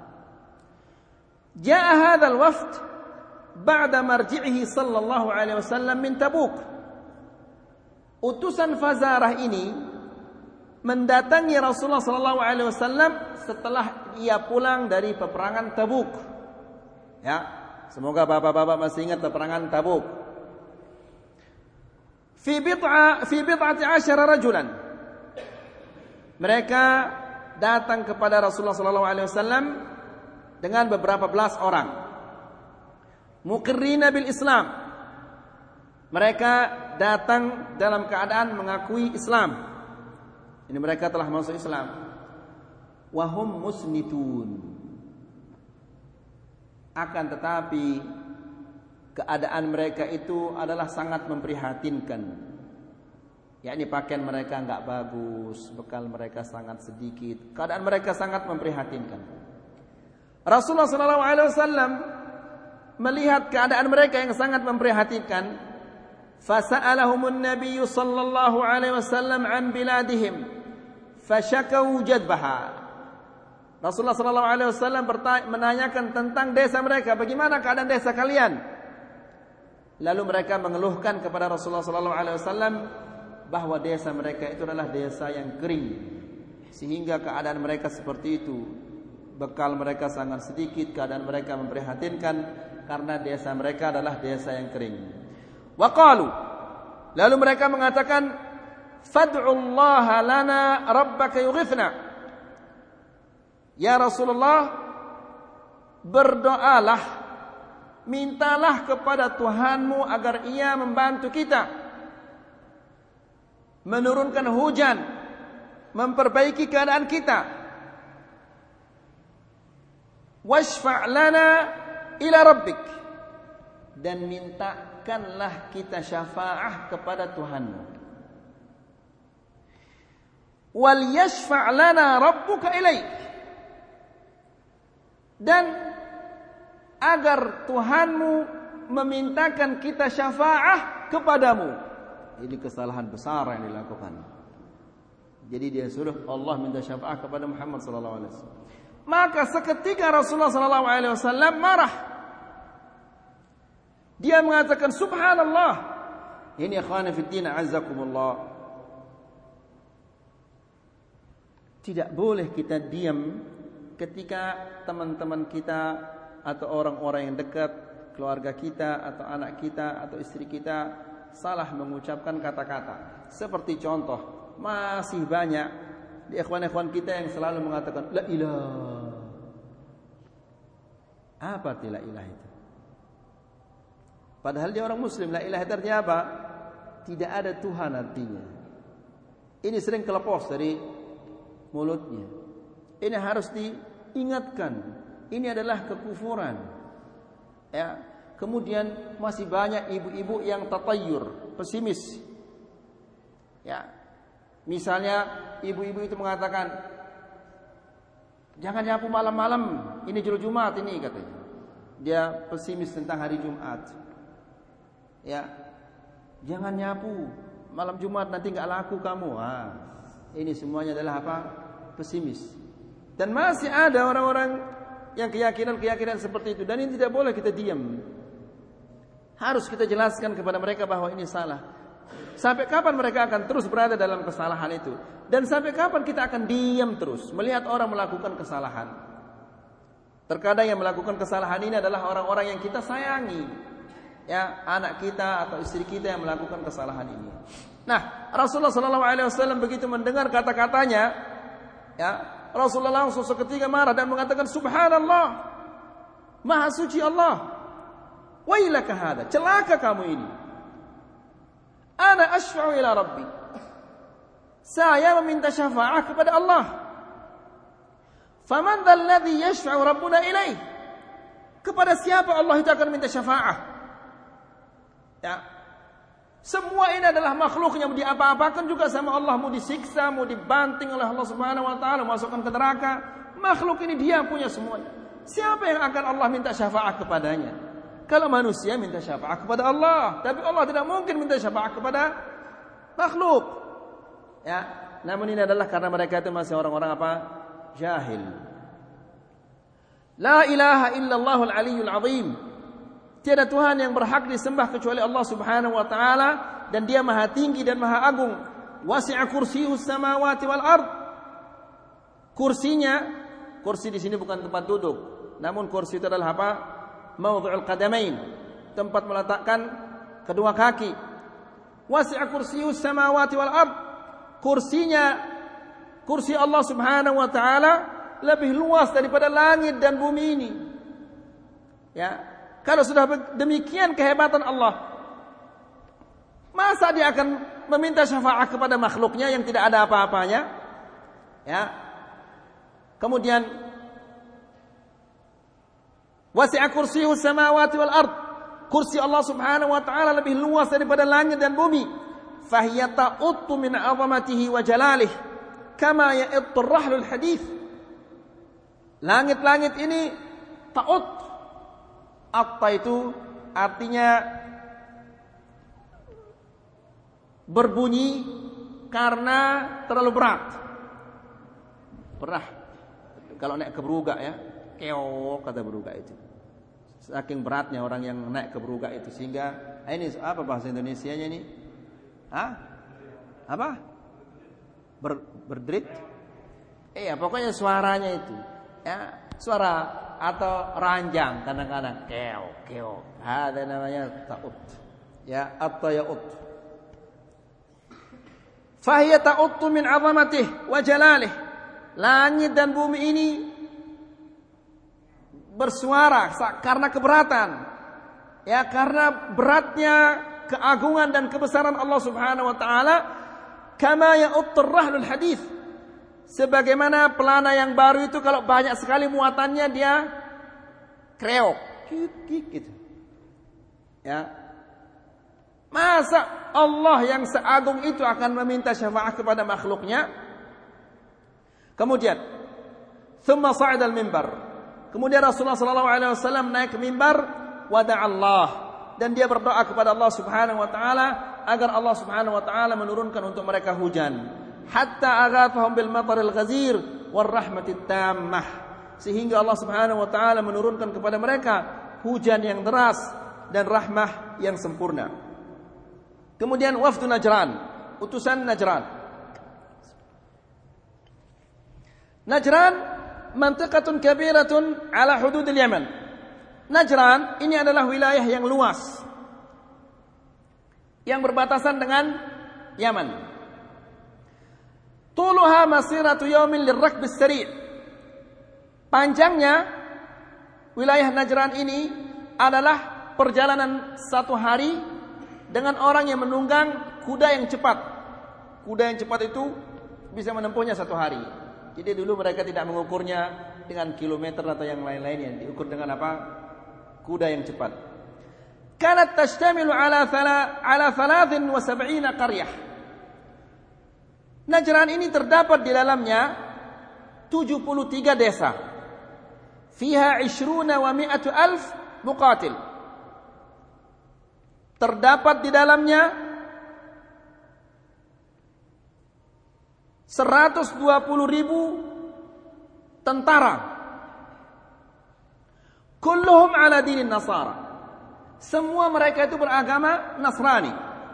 [SPEAKER 1] Jaa hadzal wafd ba'da marji'ihi sallallahu alaihi wasallam min Tabuk. Utusan Fazarah ini mendatangi Rasulullah sallallahu alaihi wasallam setelah ia pulang dari peperangan Tabuk. Ya, semoga bapak-bapak masih ingat peperangan Tabuk. Fi bid'ati 'asyara rajulan. Mereka datang kepada Rasulullah sallallahu alaihi wasallam dengan beberapa belas orang. Muqirrina bil Islam. Mereka datang dalam keadaan mengakui Islam. Ini mereka telah masuk Islam. Wa hum musnitun. Akan tetapi keadaan mereka itu adalah sangat memprihatinkan. Yakni pakaian mereka enggak bagus, bekal mereka sangat sedikit, keadaan mereka sangat memprihatinkan. Rasulullah sallallahu alaihi wasallam melihat keadaan mereka yang sangat memprihatinkan, fasa'alahumun nabiyyu sallallahu alaihi wasallam an biladihim fashakau jadbaha. Rasulullah sallallahu alaihi wasallam menanyakan tentang desa mereka, bagaimana keadaan desa kalian? Lalu mereka mengeluhkan kepada Rasulullah sallallahu alaihi wasallam bahwa desa mereka itu adalah desa yang kering, sehingga keadaan mereka seperti itu. Bekal mereka sangat sedikit, keadaan mereka memprihatinkan karena desa mereka adalah desa yang kering. Wa qalu, lalu mereka mengatakan, fad'ullaha lana rabbaka yughithna. Ya Rasulullah, berdoalah, mintalah kepada Tuhanmu agar ia membantu kita, menurunkan hujan, memperbaiki keadaan kita. Washfa' lana ila rabbik. Dan mintakanlah kita syafaah kepada Tuhanmu. Wal yashfa' lana rabbuka ilaik. Dan agar Tuhanmu memintakan kita syafaah kepadamu. ini kesalahan besar yang dilakukan. Jadi dia suruh Allah minta syafaat kepada Muhammad sallallahu alaihi wasallam. Maka seketika Rasulullah sallallahu alaihi wasallam marah. Dia mengatakan subhanallah. Ini ikhwan fillah azzakumullah. Tidak boleh kita diam ketika teman-teman kita atau orang-orang yang dekat, keluarga kita atau anak kita atau istri kita salah mengucapkan kata-kata. Seperti contoh, masih banyak di ikhwan-ikhwan kita yang selalu mengatakan la ilaha. Apa arti la ilaha itu? Padahal dia orang muslim. La ilaha artinya apa? Tidak ada Tuhan artinya. Ini sering kelepos dari mulutnya. Ini harus diingatkan. Ini adalah kekufuran. Ya. Kemudian masih banyak ibu-ibu yang tatayyur, pesimis. Ya. Misalnya ibu-ibu itu mengatakan, jangan nyapu malam-malam, ini juru Jumat ini katanya. Dia pesimis tentang hari Jumat. Ya. Jangan nyapu malam Jumat, nanti enggak laku kamu. Ini semuanya adalah apa? Pesimis. Dan masih ada orang-orang yang keyakinan-keyakinan seperti itu, dan ini tidak boleh kita diam. Harus kita jelaskan kepada mereka bahwa ini salah. Sampai kapan mereka akan terus berada dalam kesalahan itu? Dan sampai kapan kita akan diam terus melihat orang melakukan kesalahan? Terkadang yang melakukan kesalahan ini adalah orang-orang yang kita sayangi. Ya, anak kita atau istri kita yang melakukan kesalahan ini. Nah, Rasulullah SAW begitu mendengar kata-katanya, ya, Rasulullah langsung seketika marah dan mengatakan subhanallah, maha suci Allah. Wailaka hada, celaka kamu ini. Ana asyfa'u ila rabbi. Saya meminta syafaat kepada Allah. Faman dzal ladzi yashfa'u rabbuna ilaih? Kepada siapa Allah itu akan minta syafaat? Ya. Semua ini adalah makhluknya, mau diapa-apakan juga sama Allah, mau disiksa, mau dibanting oleh Allah Subhanahu wa taala, masukkan ke neraka. Makhluk ini dia punya semuanya. Siapa yang akan Allah minta syafaat kepadanya? Kalau manusia minta syafaat kepada Allah, tapi Allah tidak mungkin minta syafaat kepada makhluk. Ya, namun ini adalah karena mereka itu masih orang-orang apa? Jahil. La ilaha illallahul aliyyul azim. Tiada Tuhan yang berhak disembah kecuali Allah Subhanahu wa taala, dan Dia Maha tinggi dan Maha agung. Wasi'a kursiyyus samawati wal ard. Kursinya, kursi di sini bukan tempat duduk, namun kursi itu adalah apa? Mawdhu'ul qadamain, tempat meletakkan kedua kaki. Wasi'a kursiyyus samawati wal ard. Kursinya, kursi Allah Subhanahu wa taala lebih luas daripada langit dan bumi ini. Ya. Kalau sudah demikian kehebatan Allah, masa dia akan meminta syafaat kepada makhluknya yang tidak ada apa-apanya? Ya. Kemudian wasi'a kursiyyus samawati wal ard. Kursi Allah Subhanahu wa taala lebih luas daripada langit dan bumi. Fahiya ta'uttu min 'azamatihi wa jalalih kama ya'ittu ar-rahlul hadits. Langit-langit ini ta'ut. Atta itu artinya berbunyi karena terlalu berat. Pernah kalau naik ke Beruga ya, keok kata Beruga itu. Saking beratnya orang yang naik ke Beruga itu, sehingga ini apa bahasa Indonesianya ini? Apa? Berdrit? Pokoknya suaranya itu. Ya, suara atau ranjang kadang-kadang keo. Ada namanya ta'ut. Ya, at-ta'ut. Fahiya ta'uttu min 'azamatihi wa jalalih. Langit dan bumi ini bersuara karena keberatan. Ya, karena beratnya keagungan dan kebesaran Allah Subhanahu wa taala, kama ya'uttu ar-rahlul hadits. Sebagaimana pelana yang baru itu kalau banyak sekali muatannya dia kreok, gitu. Ya. Masa Allah yang seagung itu akan meminta syafaat kepada makhluknya? Kemudian, thumma sa'ida al-mimbar. Kemudian Rasulullah sallallahu alaihi wasallam naik ke mimbar, wada'a Allah, dan dia berdoa kepada Allah Subhanahu wa taala, agar Allah Subhanahu wa taala menurunkan untuk mereka hujan. Hatta aghathahum bil mataril ghazir war rahmatit tammah. Sehingga Allah Subhanahu wa taala menurunkan kepada mereka hujan yang deras dan rahmah yang sempurna. Kemudian wafdu Najran, utusan Najran. Najran mantiqatun kabiratun ala hududil Yaman. Najran ini adalah wilayah yang luas yang berbatasan dengan Yaman. Tuluha masiratu yaumin lirrakbis sari'. Panjangnya wilayah Najran ini adalah perjalanan 1 hari dengan orang yang menunggang kuda yang cepat. Kuda yang cepat itu bisa menempuhnya 1 hari. Jadi dulu mereka tidak mengukurnya dengan kilometer atau yang lain-lainnya, diukur dengan apa? Kuda yang cepat. Kanat tashtamilu ala 73 qaryah. Najran ini terdapat di dalamnya 73 desa. Fiha 20 wa 100 alf muqatil. Terdapat di dalamnya 120.000 tentara. Kulluhum ala dinin Nasara. Semua mereka itu beragama Nasrani.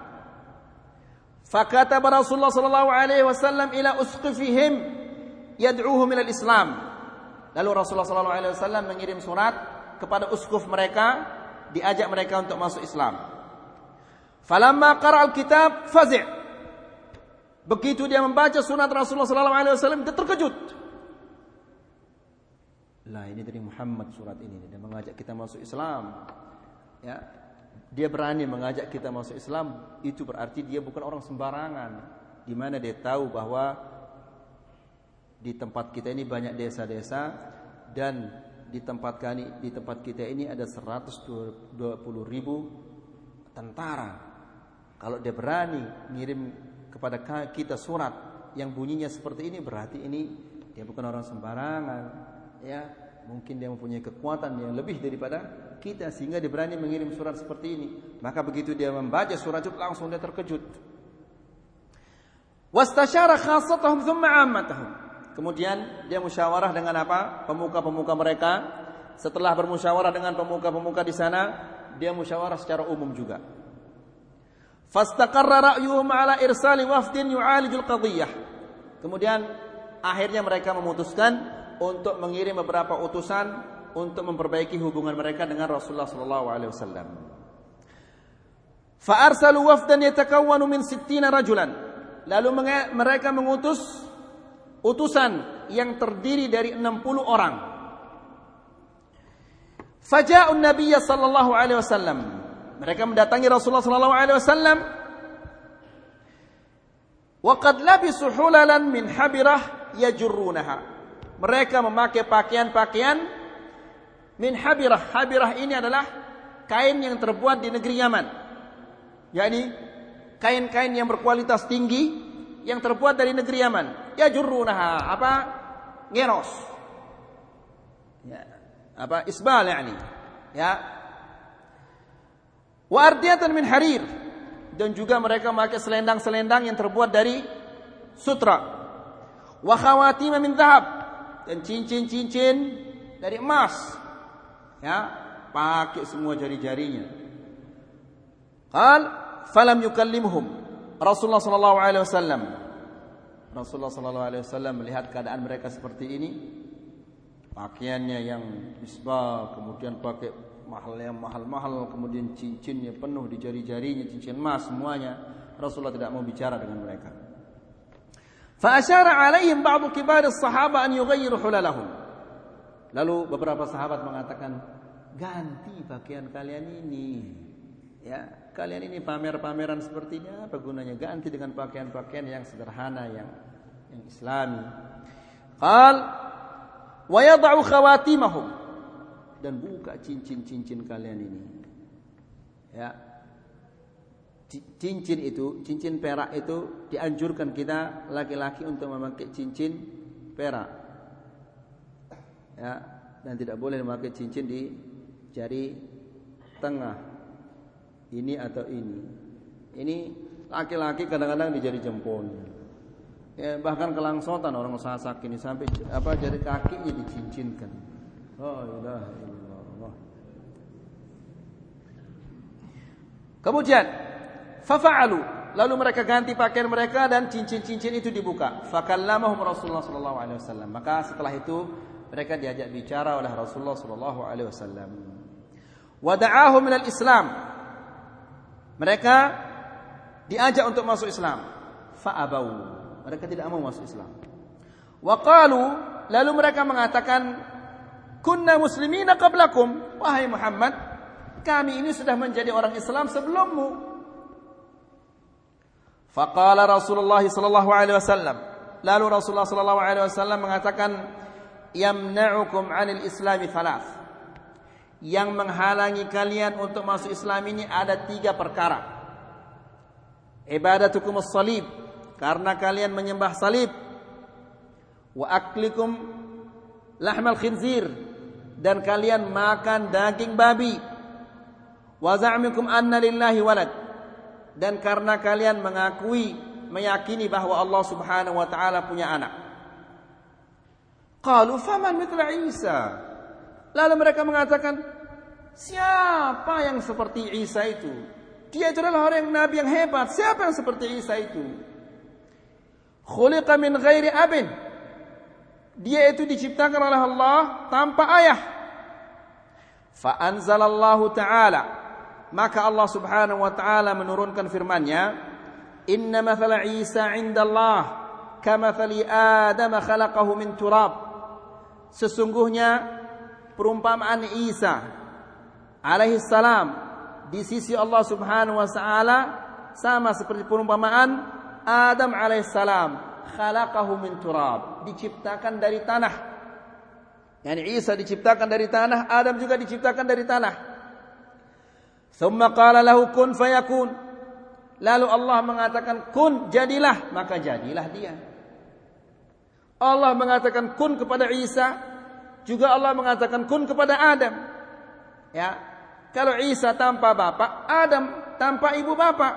[SPEAKER 1] Fakataba Rasulullah sallallahu alaihi wasallam ila usqifihim yad'uhum ila al-Islam. Lalu Rasulullah sallallahu alaihi wasallam mengirim surat kepada uskuf mereka, diajak mereka untuk masuk Islam. Falamma qara'al kitab fazi'. Begitu dia membaca surat Rasulullah sallallahu alaihi wasallam, dia terkejut. Lah, ini dari Muhammad surat ini, dia mengajak kita masuk Islam. Ya. Dia berani mengajak kita masuk Islam, itu berarti dia bukan orang sembarangan. Di mana dia tahu bahwa di tempat kita ini banyak desa-desa dan di tempat kita ini ada 120.000 tentara. Kalau dia berani ngirim kepada kita surat yang bunyinya seperti ini, berarti ini dia bukan orang sembarangan, ya. Mungkin dia mempunyai kekuatan yang lebih daripada kita sehingga dia berani mengirim surat seperti ini. Maka begitu dia membaca surat itu langsung dia terkejut. Wastashara khassatahum thumma 'ammatahum. Kemudian dia musyawarah dengan apa? Pemuka-pemuka mereka. Setelah bermusyawarah dengan pemuka-pemuka di sana, dia musyawarah secara umum juga. Fastaqarra ra'yuhum 'ala irsali wafdin yu'alijul qadhiyah. Kemudian akhirnya mereka memutuskan untuk mengirim beberapa utusan untuk memperbaiki hubungan mereka dengan Rasulullah sallallahu alaihi wasallam. Fa arsalu wafdan yatakawwanu min 60 rajulan. Lalu mereka mengutus utusan yang terdiri dari 60 orang. Faja'u an-nabiy sallallahu alaihi wasallam. Mereka mendatangi Rasulullah sallallahu alaihi wasallam. Wa qad labisu hulalan min habirah yajurrunaha. Mereka memakai pakaian-pakaian min habirah. Habirah ini adalah kain yang terbuat di negeri Yaman. yakni kain-kain yang berkualitas tinggi yang terbuat dari negeri Yaman. Yajurrunaha, apa? Ngeros. Ya, apa? Isbal yakni. Ya. Wa ardiyatan min harir, dan juga mereka memakai selendang-selendang yang terbuat dari sutra. Wa khawatim min dhahab, dan cincin-cincin dari emas. Ya, pakai semua jari-jarinya. Qal falam yukallimuhum Rasulullah sallallahu alaihi wasallam. Rasulullah sallallahu alaihi wasallam melihat keadaan mereka seperti ini, pakaiannya yang misbah, kemudian pakai mahal-mahal, kemudian cincinnya penuh di jari-jarinya, cincin emas semuanya. Rasulullah tidak mau bicara dengan mereka. Fa asyara alaihim ba'd kibar as-sahaba an yughayyiru hulalahum. Lalu beberapa sahabat mengatakan, ganti pakaian kalian ini. Ya, kalian ini pamer-pameran seperti ini apa gunanya? Ganti dengan pakaian-pakaian yang sederhana, yang islami. Qal wa yad'u khawatimahum, dan buka cincin-cincin kalian ini. Ya. Cincin itu, cincin perak itu dianjurkan kita laki-laki untuk memakai cincin perak. Ya, dan tidak boleh memakai cincin di jari tengah. Ini atau ini. Ini laki-laki kadang-kadang dijari jempolnya. Ya, bahkan kelangsotan orang Sasak ini sampai jari kakinya dicincinkan. La ilaha illallah. Kemudian fafa'alu, lalu mereka ganti pakaian mereka dan cincin-cincin itu dibuka. Fakallamahum Rasulullah sallallahu alaihi wasallam. Maka setelah itu mereka diajak bicara oleh Rasulullah sallallahu alaihi wasallam. Wa da'ahum minal Islam. Mereka diajak untuk masuk Islam. Fa'abau. Mereka tidak mau masuk Islam. Wa qalu, lalu mereka mengatakan, kunna muslimina qablakum. Wahai Muhammad, kami ini sudah menjadi orang Islam sebelummu. Faqala Rasulullah sallallahu alaihi wasallam. Lalu Rasulullah sallallahu alaihi wasallam mengatakan, yamna'ukum 'anil islami thalath. Yang menghalangi kalian untuk masuk Islam ini ada 3 perkara. Ibadatukum as-salib, karena kalian menyembah salib. Wa aklikum lahmal khinzir, dan kalian makan daging babi. Wa za'mikum anna lillahi walad, dan karena kalian meyakini bahwa Allah Subhanahu wa taala punya anak. Qalu faman mithla Isa. Lalu mereka mengatakan, siapa yang seperti Isa itu? Dia itu adalah orang nabi yang hebat. Siapa yang seperti Isa itu? Khuliqa min ghairi abin. Dia itu diciptakan oleh Allah tanpa ayah. Fa anzalallahu ta'ala, maka Allah Subhanahu wa ta'ala menurunkan firman-Nya, inna mathala Isa 'indallah kamathali Adam khalaqahu min turab. Sesungguhnya perumpamaan Isa alaihi salam di sisi Allah Subhanahu wa ta'ala sama seperti perumpamaan Adam alaihi salam, khalaqahu min turab, diciptakan dari tanah. Yani Isa diciptakan dari tanah, Adam juga diciptakan dari tanah. Thumma qala lahu kun fayakun. Lalu Allah mengatakan kun, jadilah, maka jadilah dia. Allah mengatakan kun kepada Isa, juga Allah mengatakan kun kepada Adam. Ya, kalau Isa tanpa bapak, Adam tanpa ibu bapak.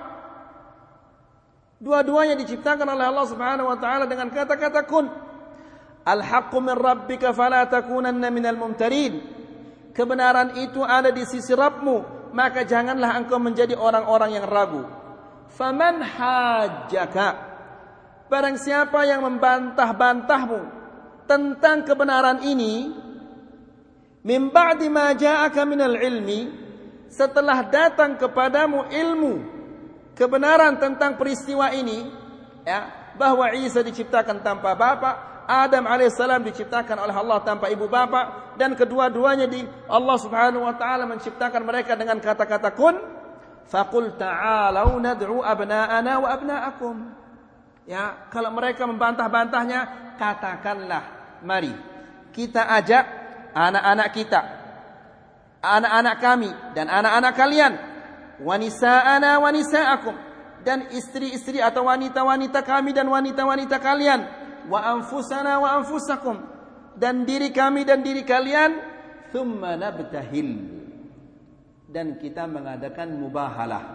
[SPEAKER 1] Dua-duanya diciptakan oleh Allah Subhanahu wa taala dengan kata-kata kun. Al-haqqu min rabbika fala takunanna minal mumtarin. Kebenaran itu ada di sisi Rabbmu, maka janganlah engkau menjadi orang-orang yang ragu. Faman hajjaka, barang siapa yang membantah-bantahmu tentang kebenaran ini, min ba'di ma ja'aka minal ilmi, setelah datang kepadamu ilmu kebenaran tentang peristiwa ini, ya, bahwa Isa diciptakan tanpa bapak, Adam alaihissalam diciptakan oleh Allah tanpa ibu bapak, dan kedua-duanya Allah Subhanahu wa taala menciptakan mereka dengan kata-kata kun. Faqul ta'alau nad'u abna'ana wa abna'akum. Ya, kalau mereka membantah-bantahnya, katakanlah, mari kita ajak anak-anak kita, anak-anak kami dan anak-anak kalian, wa nisa'ana wa nisa'akum, dan istri-istri atau wanita-wanita kami dan wanita-wanita kalian, wa anfusana wa anfusakum, dan diri kami dan diri kalian, thumma nabtahil, dan kita mengadakan mubahalah.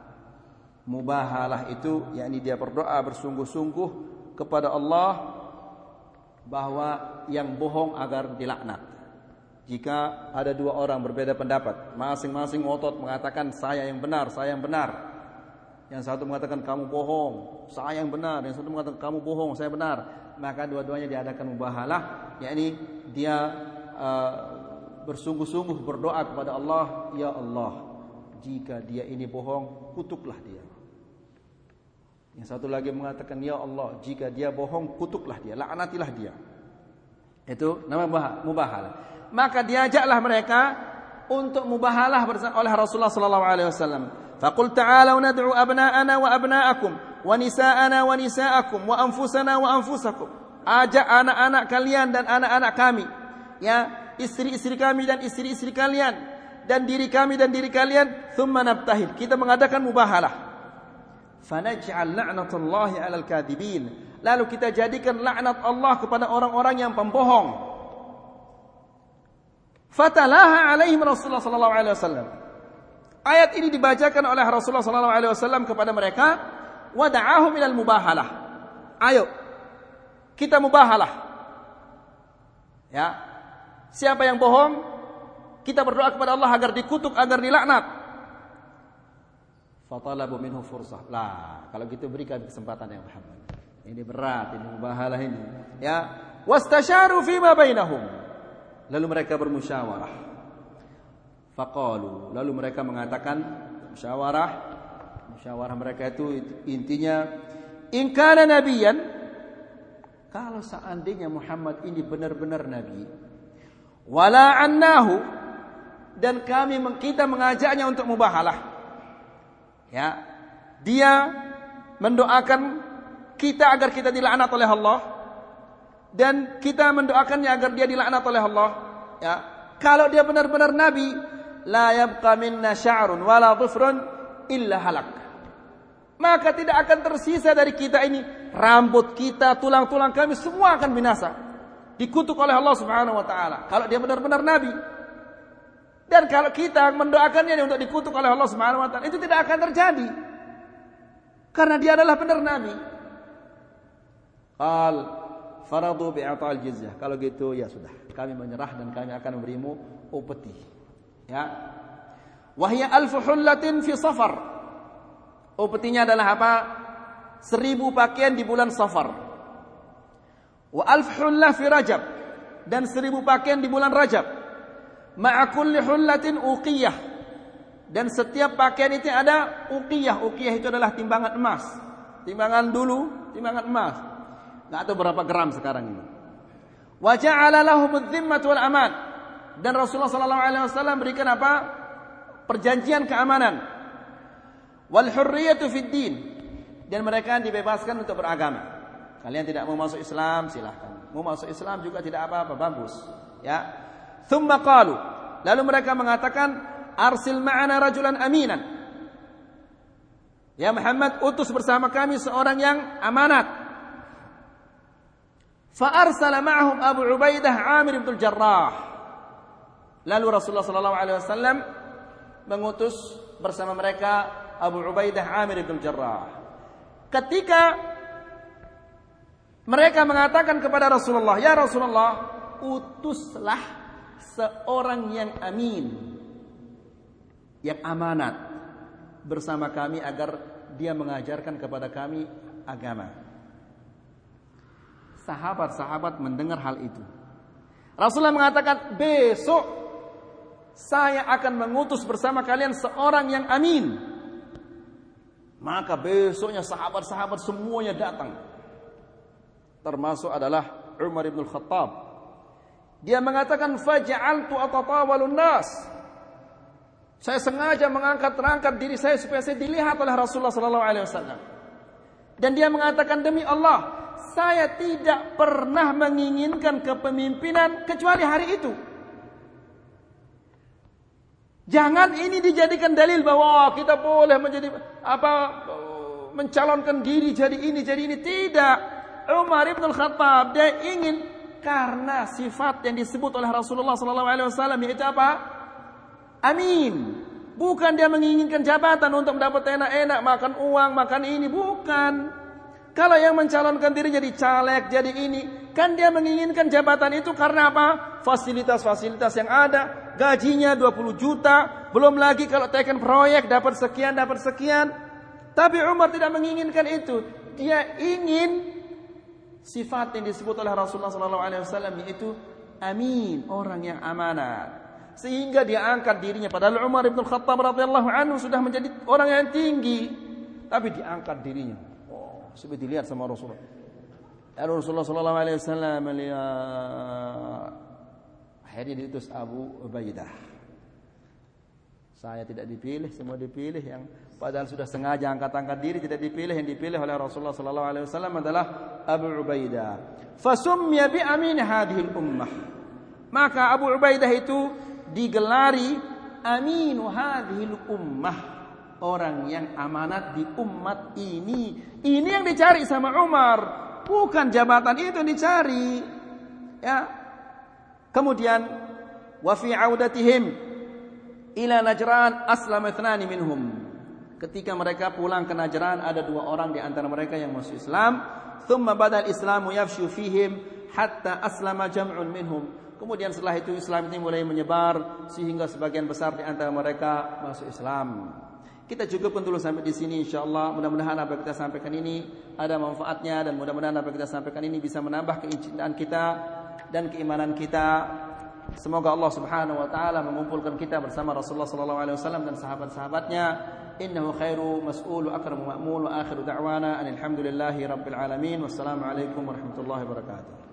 [SPEAKER 1] Mubahalah itu yakni dia berdoa bersungguh-sungguh kepada Allah bahwa yang bohong agar dilaknat. Jika ada 2 orang berbeda pendapat, masing-masing ngotot mengatakan saya yang benar, saya yang benar. Yang satu mengatakan kamu bohong, saya yang benar. Yang satu mengatakan kamu bohong, saya benar. Maka dua-duanya diadakan mubahalah, yakni dia bersungguh-sungguh berdoa kepada Allah, ya Allah, jika dia ini bohong, kutuklah dia. Yang satu lagi mengatakan, ya Allah, jika dia bohong, kutuklah dia, laknatilah dia. Itu nama mubahalah. Maka diajaklah mereka untuk mubahalah oleh Rasulullah sallallahu alaihi wasallam. Faqul ta'alu nad'u abna'ana wa abna'akum wa nisa'ana wa nisa'akum wa anfusana wa anfusakum. Ajak anak-anak kalian dan anak-anak kami, ya, istri-istri kami dan istri-istri kalian, dan diri kami dan diri kalian, thumma nabtahil, kita mengadakan mubahalah. Fanaj'al la'natullahi 'alal kadhibin, lalu kita jadikan laknat Allah kepada orang-orang yang pembohong. Fatalaha alaihim Rasulullah sallallahu alaihi wasallam, Ayat ini dibacakan oleh Rasulullah SAW kepada mereka, wada'ahum ilal mubahalah. Ayo, kita mubahalah. Ya, siapa yang bohong, kita berdoa kepada Allah agar dikutuk, agar dilaknat. Fatalabu minhu fursah. Lah, kalau gitu berikan kesempatan ya Muhammad. Ini berat, ini mubahalah ini. Ya, wastasyaru fima bainahum. Lalu mereka bermusyawarah. Faqalu, lalu mereka mengatakan musyawarah mereka itu intinya, in kana nabiyan, kalau seandainya Muhammad ini benar-benar nabi, wala annahu, dan kita mengajaknya untuk mubahalah. Ya, dia mendoakan kita agar kita dilaknat oleh Allah, dan kita mendoakannya agar dia dilaknat oleh Allah. Ya, kalau dia benar-benar nabi, la yabqa minna sya'run wala dhufrun illa halak, maka tidak akan tersisa dari kita ini rambut kita, tulang-tulang kami semua akan binasa, dikutuk oleh Allah Subhanahu wa taala kalau dia benar-benar nabi. Dan kalau kita mendoakannya untuk dikutuk oleh Allah Subhanahu wa taala, itu tidak akan terjadi karena dia adalah benar nabi. Qal faradu bi'ata'al jizyah, kalau gitu ya sudah, kami menyerah dan kami akan memberimu upeti. Ya, wahya alfu hullatin fi safar. Upetinya adalah apa? 1000 pakaian di bulan Safar. Wa alf hullah fi Rajab, dan 1000 pakaian di bulan Rajab. Ma'a kulli hullatin uqiyah, dan setiap pakaian itu ada uqiyah. Uqiyah itu adalah timbangan emas. Timbangan dulu, timbangan emas. Enggak tahu berapa gram sekarang ini. Wa ja'ala lahum adh-dhimmah wal aman. Dan Rasulullah SAW berikan apa? Perjanjian keamanan. Wal hurriyatu fid din, dan mereka dibebaskan untuk beragama. Kalian tidak mau masuk Islam, silahkan. Mau masuk Islam juga tidak apa-apa, bagus. Ya. Thumma qalu, lalu mereka mengatakan, arsil ma'ana rajulan aminan. Ya Muhammad, utus bersama kami seorang yang amanat. Fa arsala ma'ahum Abu Ubaidah Amir bin Jarrah. Lalu Rasulullah SAW mengutus bersama mereka Abu Ubaidah Amir bin Jarrah. Ketika mereka mengatakan kepada Rasulullah, ya Rasulullah, utuslah seorang yang amin, yang amanat bersama kami agar dia mengajarkan kepada kami agama. Sahabat-sahabat mendengar hal itu. Rasulullah mengatakan, besok saya akan mengutus bersama kalian seorang yang amin. Maka besoknya sahabat-sahabat semuanya datang. Termasuk adalah Umar ibn Khattab. Dia mengatakan, faja'altu atatawalun nas. Saya sengaja mengangkat-angkat diri saya supaya saya dilihat oleh Rasulullah SAW. Dan dia mengatakan, demi Allah, saya tidak pernah menginginkan kepemimpinan kecuali hari itu. Jangan ini dijadikan dalil bahwa kita boleh menjadi mencalonkan diri jadi ini jadi ini. Tidak. Umar ibn Khattab dia ingin karena sifat yang disebut oleh Rasulullah SAW, yaitu apa? Amin. Bukan dia menginginkan jabatan untuk mendapat enak-enak, makan uang, makan ini, bukan. Kalau yang mencalonkan diri jadi caleg, jadi ini, kan dia menginginkan jabatan itu karena apa? Fasilitas-fasilitas yang ada, gajinya 20 juta, belum lagi kalau teken proyek dapat sekian, dapat sekian. Tapi Umar tidak menginginkan itu. Dia ingin sifat yang disebut oleh Rasulullah SAW, yaitu amin, orang yang amanat. Sehingga dia angkat dirinya. Padahal Umar ibn Khattab radhiyallahu anhu sudah menjadi orang yang tinggi, tapi diangkat dirinya. Supaya dilihat sama Rasulullah. Lalu Rasulullah SAW melihat, akhirnya diutus Abu Ubaidah. Saya tidak dipilih, semua dipilih. Yang padahal sudah sengaja angkat-angkat diri tidak dipilih. Yang dipilih oleh Rasulullah SAW adalah Abu Ubaidah. Fasummiya bi amin hadhil ummah. Maka Abu Ubaidah itu digelari aminu hadhil ummah, orang yang amanat di umat ini. Ini yang dicari sama Umar, bukan jabatan itu yang dicari. Ya. Kemudian wa fi audatihim, ila Najran aslama ithnani minhum. Ketika mereka pulang ke Najran, ada 2 orang di antara mereka yang masuk Islam. Thumma badal Islamu yafshu fihim hatta aslama jam'un minhum. Kemudian setelah itu Islam ini mulai menyebar sehingga sebagian besar di antara mereka masuk Islam. Kita cukupkan dulu sampai di sini insyaallah. Mudah-mudahan apa yang kita sampaikan ini ada manfaatnya, dan mudah-mudahan apa yang kita sampaikan ini bisa menambah keimanan kita dan keimanan kita. Semoga Allah Subhanahu wa taala mengumpulkan kita bersama Rasulullah sallallahu alaihi wasallam dan sahabat-sahabatnya. Innahu khairu mas'ul akramu ma'mul wa akhiru da'wana alhamdulillahi rabbil alamin. Wassalamu alaikum warahmatullahi wabarakatuh.